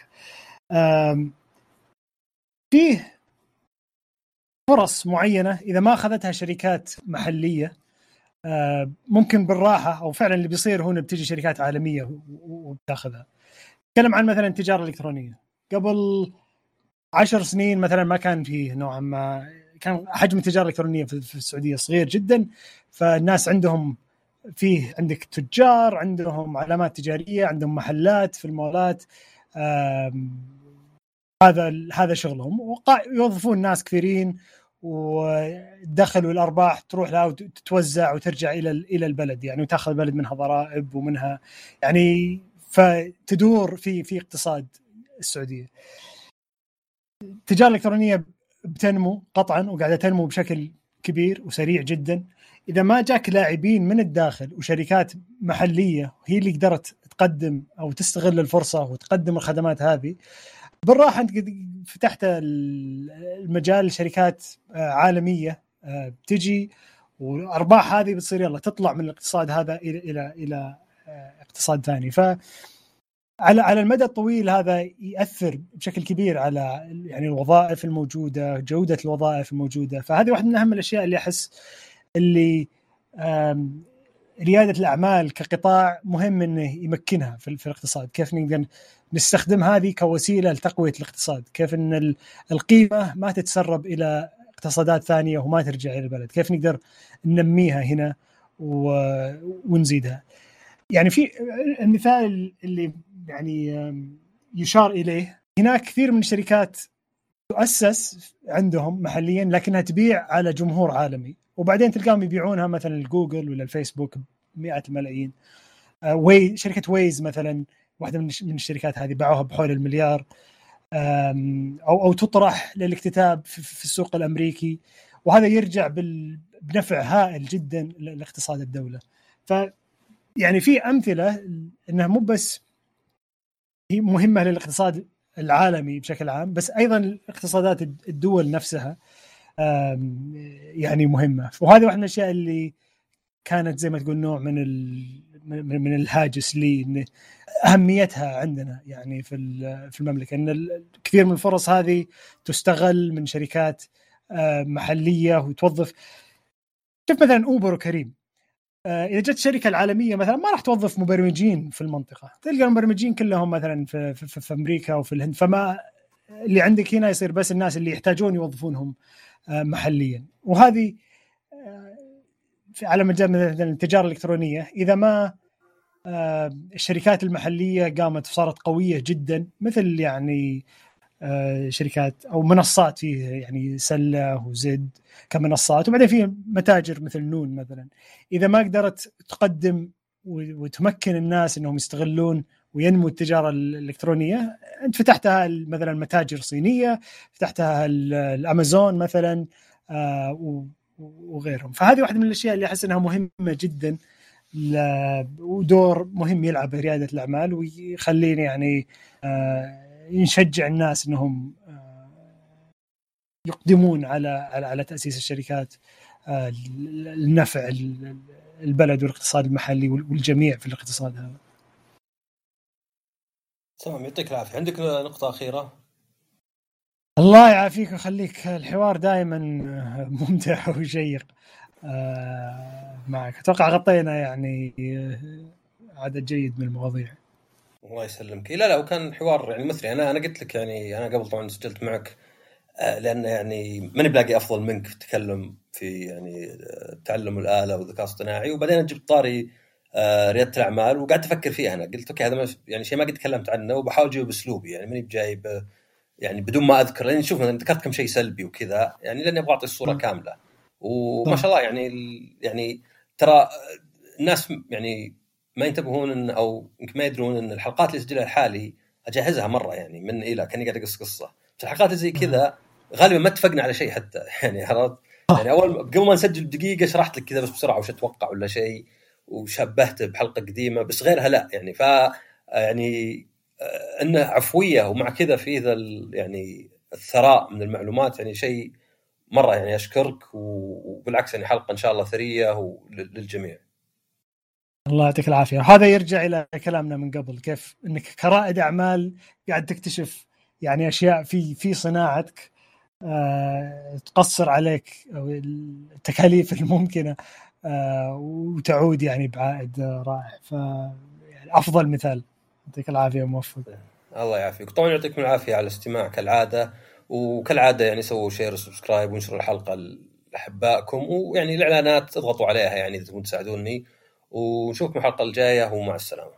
فيه فرص معينه اذا ما اخذتها شركات محليه ممكن بالراحه، او فعلا اللي بيصير هنا بتجي شركات عالميه وبتاخذها. نتكلم عن مثلا التجاره الالكترونيه. قبل 10 سنين مثلا ما كان فيه نوعا ما، كان حجم التجاره الالكترونيه في السعوديه صغير جدا، فالناس عندهم عندك تجار، عندهم علامات تجاريه، عندهم محلات في المولات، هذا شغلهم، ويوظفون ناس كثيرين، والدخل والارباح تروح لها وتتوزع وترجع الى البلد، يعني وتاخذ البلد منها ضرائب ومنها يعني فتدور في اقتصاد السعوديه. التجاره الالكترونيه بتنمو قطعا، وقاعده تنمو بشكل كبير وسريع جدا. اذا ما جاك لاعبين من الداخل وشركات محليه هي اللي قدرت تقدم او تستغل الفرصه وتقدم الخدمات هذه، بالراحه انت فتحت المجال لشركات عالميه بتجي، وارباح هذه بتصير يلا تطلع من الاقتصاد هذا الى اقتصاد ثاني. على المدى الطويل هذا يأثر بشكل كبير على يعني الوظائف الموجودة، جودة الوظائف الموجودة. فهذه واحدة من أهم الأشياء اللي أحس اللي ريادة الأعمال كقطاع مهم إنه يمكنها في الاقتصاد. كيف نقدر نستخدم هذه كوسيلة لتقوية الاقتصاد، كيف إن القيمة ما تتسرب إلى اقتصادات ثانية وما ترجع إلى البلد، كيف نقدر ننميها هنا ونزيدها. يعني في المثال اللي يعني يشار إليه، هناك كثير من الشركات تؤسس عندهم محليا لكنها تبيع على جمهور عالمي، وبعدين تلقاهم يبيعونها مثلا الجوجل ولا الفيسبوك بمئات الملايين. شركة ويز مثلا واحدة من الشركات هذه باعوها بحول المليار، أو تطرح للاكتتاب في السوق الأمريكي، وهذا يرجع بنفع هائل جدا لاقتصاد الدولة. يعني في أمثلة إنها مو بس هي مهمة للاقتصاد العالمي بشكل عام، بس أيضا اقتصادات الدول نفسها يعني مهمة. وهذه واحدة من الأشياء اللي كانت زي ما تقول نوع من الهاجس لي إن أهميتها عندنا يعني في المملكة، إن كثير من الفرص هذه تستغل من شركات محلية وتوظف. شوف مثلا أوبر وكريم، إذا جت الشركة العالمية مثلا ما راح توظف مبرمجين في المنطقة، تلقى المبرمجين كلهم مثلا في أمريكا وفي الهند، فما اللي عندك هنا يصير بس الناس اللي يحتاجون يوظفونهم محليا. وهذه على مجال مثلا التجارة الإلكترونية، إذا ما الشركات المحلية قامت وصارت قوية جدا، مثل يعني شركات أو منصات فيه يعني سلة وزد كمنصات، وبعدين فيه متاجر مثل نون مثلا، إذا ما قدرت تقدم وتمكن الناس أنهم يستغلون وينمو التجارة الإلكترونية، أنت فتحتها مثلا متاجر صينية، فتحتها الأمازون مثلا وغيرهم. فهذه واحدة من الأشياء اللي أحس أنها مهمة جدا، ودور مهم يلعب ريادة الأعمال، ويخليني يعني نشجع الناس أنهم يقدمون على تأسيس الشركات النفع البلد والاقتصاد المحلي والجميع في الاقتصاد هذا. تمام، يعطيك العافية. عندك نقطة أخيرة؟ الله يعافيك ويخليك، الحوار دائما ممتع وشيق معك. أتوقع غطينا يعني عدد جيد من المواضيع. الله يسلمك. لا وكان حوار يعني مثري. أنا قلت لك يعني أنا قبل طبعا سجلت معك لأن يعني ماني بلاقي أفضل منك في التكلم في يعني تعلم الآلة والذكاء الاصطناعي، وبعدين جبت طاري ريادة الأعمال وقعدت أفكر فيها. أنا قلت أوكي هذا يعني شيء ما قد تكلمت عنه، وبحاول أجيبه بأسلوبي، يعني ماني بجايب يعني بدون ما أذكر، لأن شوف أنا ذكرت كم شيء سلبي وكذا، يعني لأني أبغى أعطي الصورة كاملة. وما شاء الله يعني ترى الناس يعني ما ينتبهون إن او يمكن ما يدرون ان الحلقات اللي اسجلها الحالي اجهزها مره يعني من الى كاني قاعد اقص قصه. الحلقات زي كذا غالبا ما اتفقنا على شيء حتى يعني عرفت يعني اول قبل ما نسجل بدقيقه شرحت لك كذا بس بسرعه وش اتوقع ولا شيء وشبهته بحلقه قديمه بس غيرها لا يعني يعني انه عفويه ومع كذا في ذا يعني الثراء من المعلومات يعني شيء مره يعني اشكرك وبالعكس يعني حلقه ان شاء الله ثريه للجميع. الله يعطيك العافيه. وهذا يرجع الى كلامنا من قبل كيف انك كرائد اعمال قاعد تكتشف يعني اشياء في صناعتك تقصر عليك أو التكاليف الممكنه وتعود يعني بعائد رائع. ف يعني افضل مثال. يعطيك العافيه وموفق. الله يعافيك. طبعا يعطيكم العافيه على الاستماع كالعاده وكالعاده يعني سووا شير وسبسكرايب وانشروا الحلقه لاحبائكم ويعني الاعلانات اضغطوا عليها يعني اذا تبون تساعدوني ونشوفكم الحلقه الجايه ومع السلامه.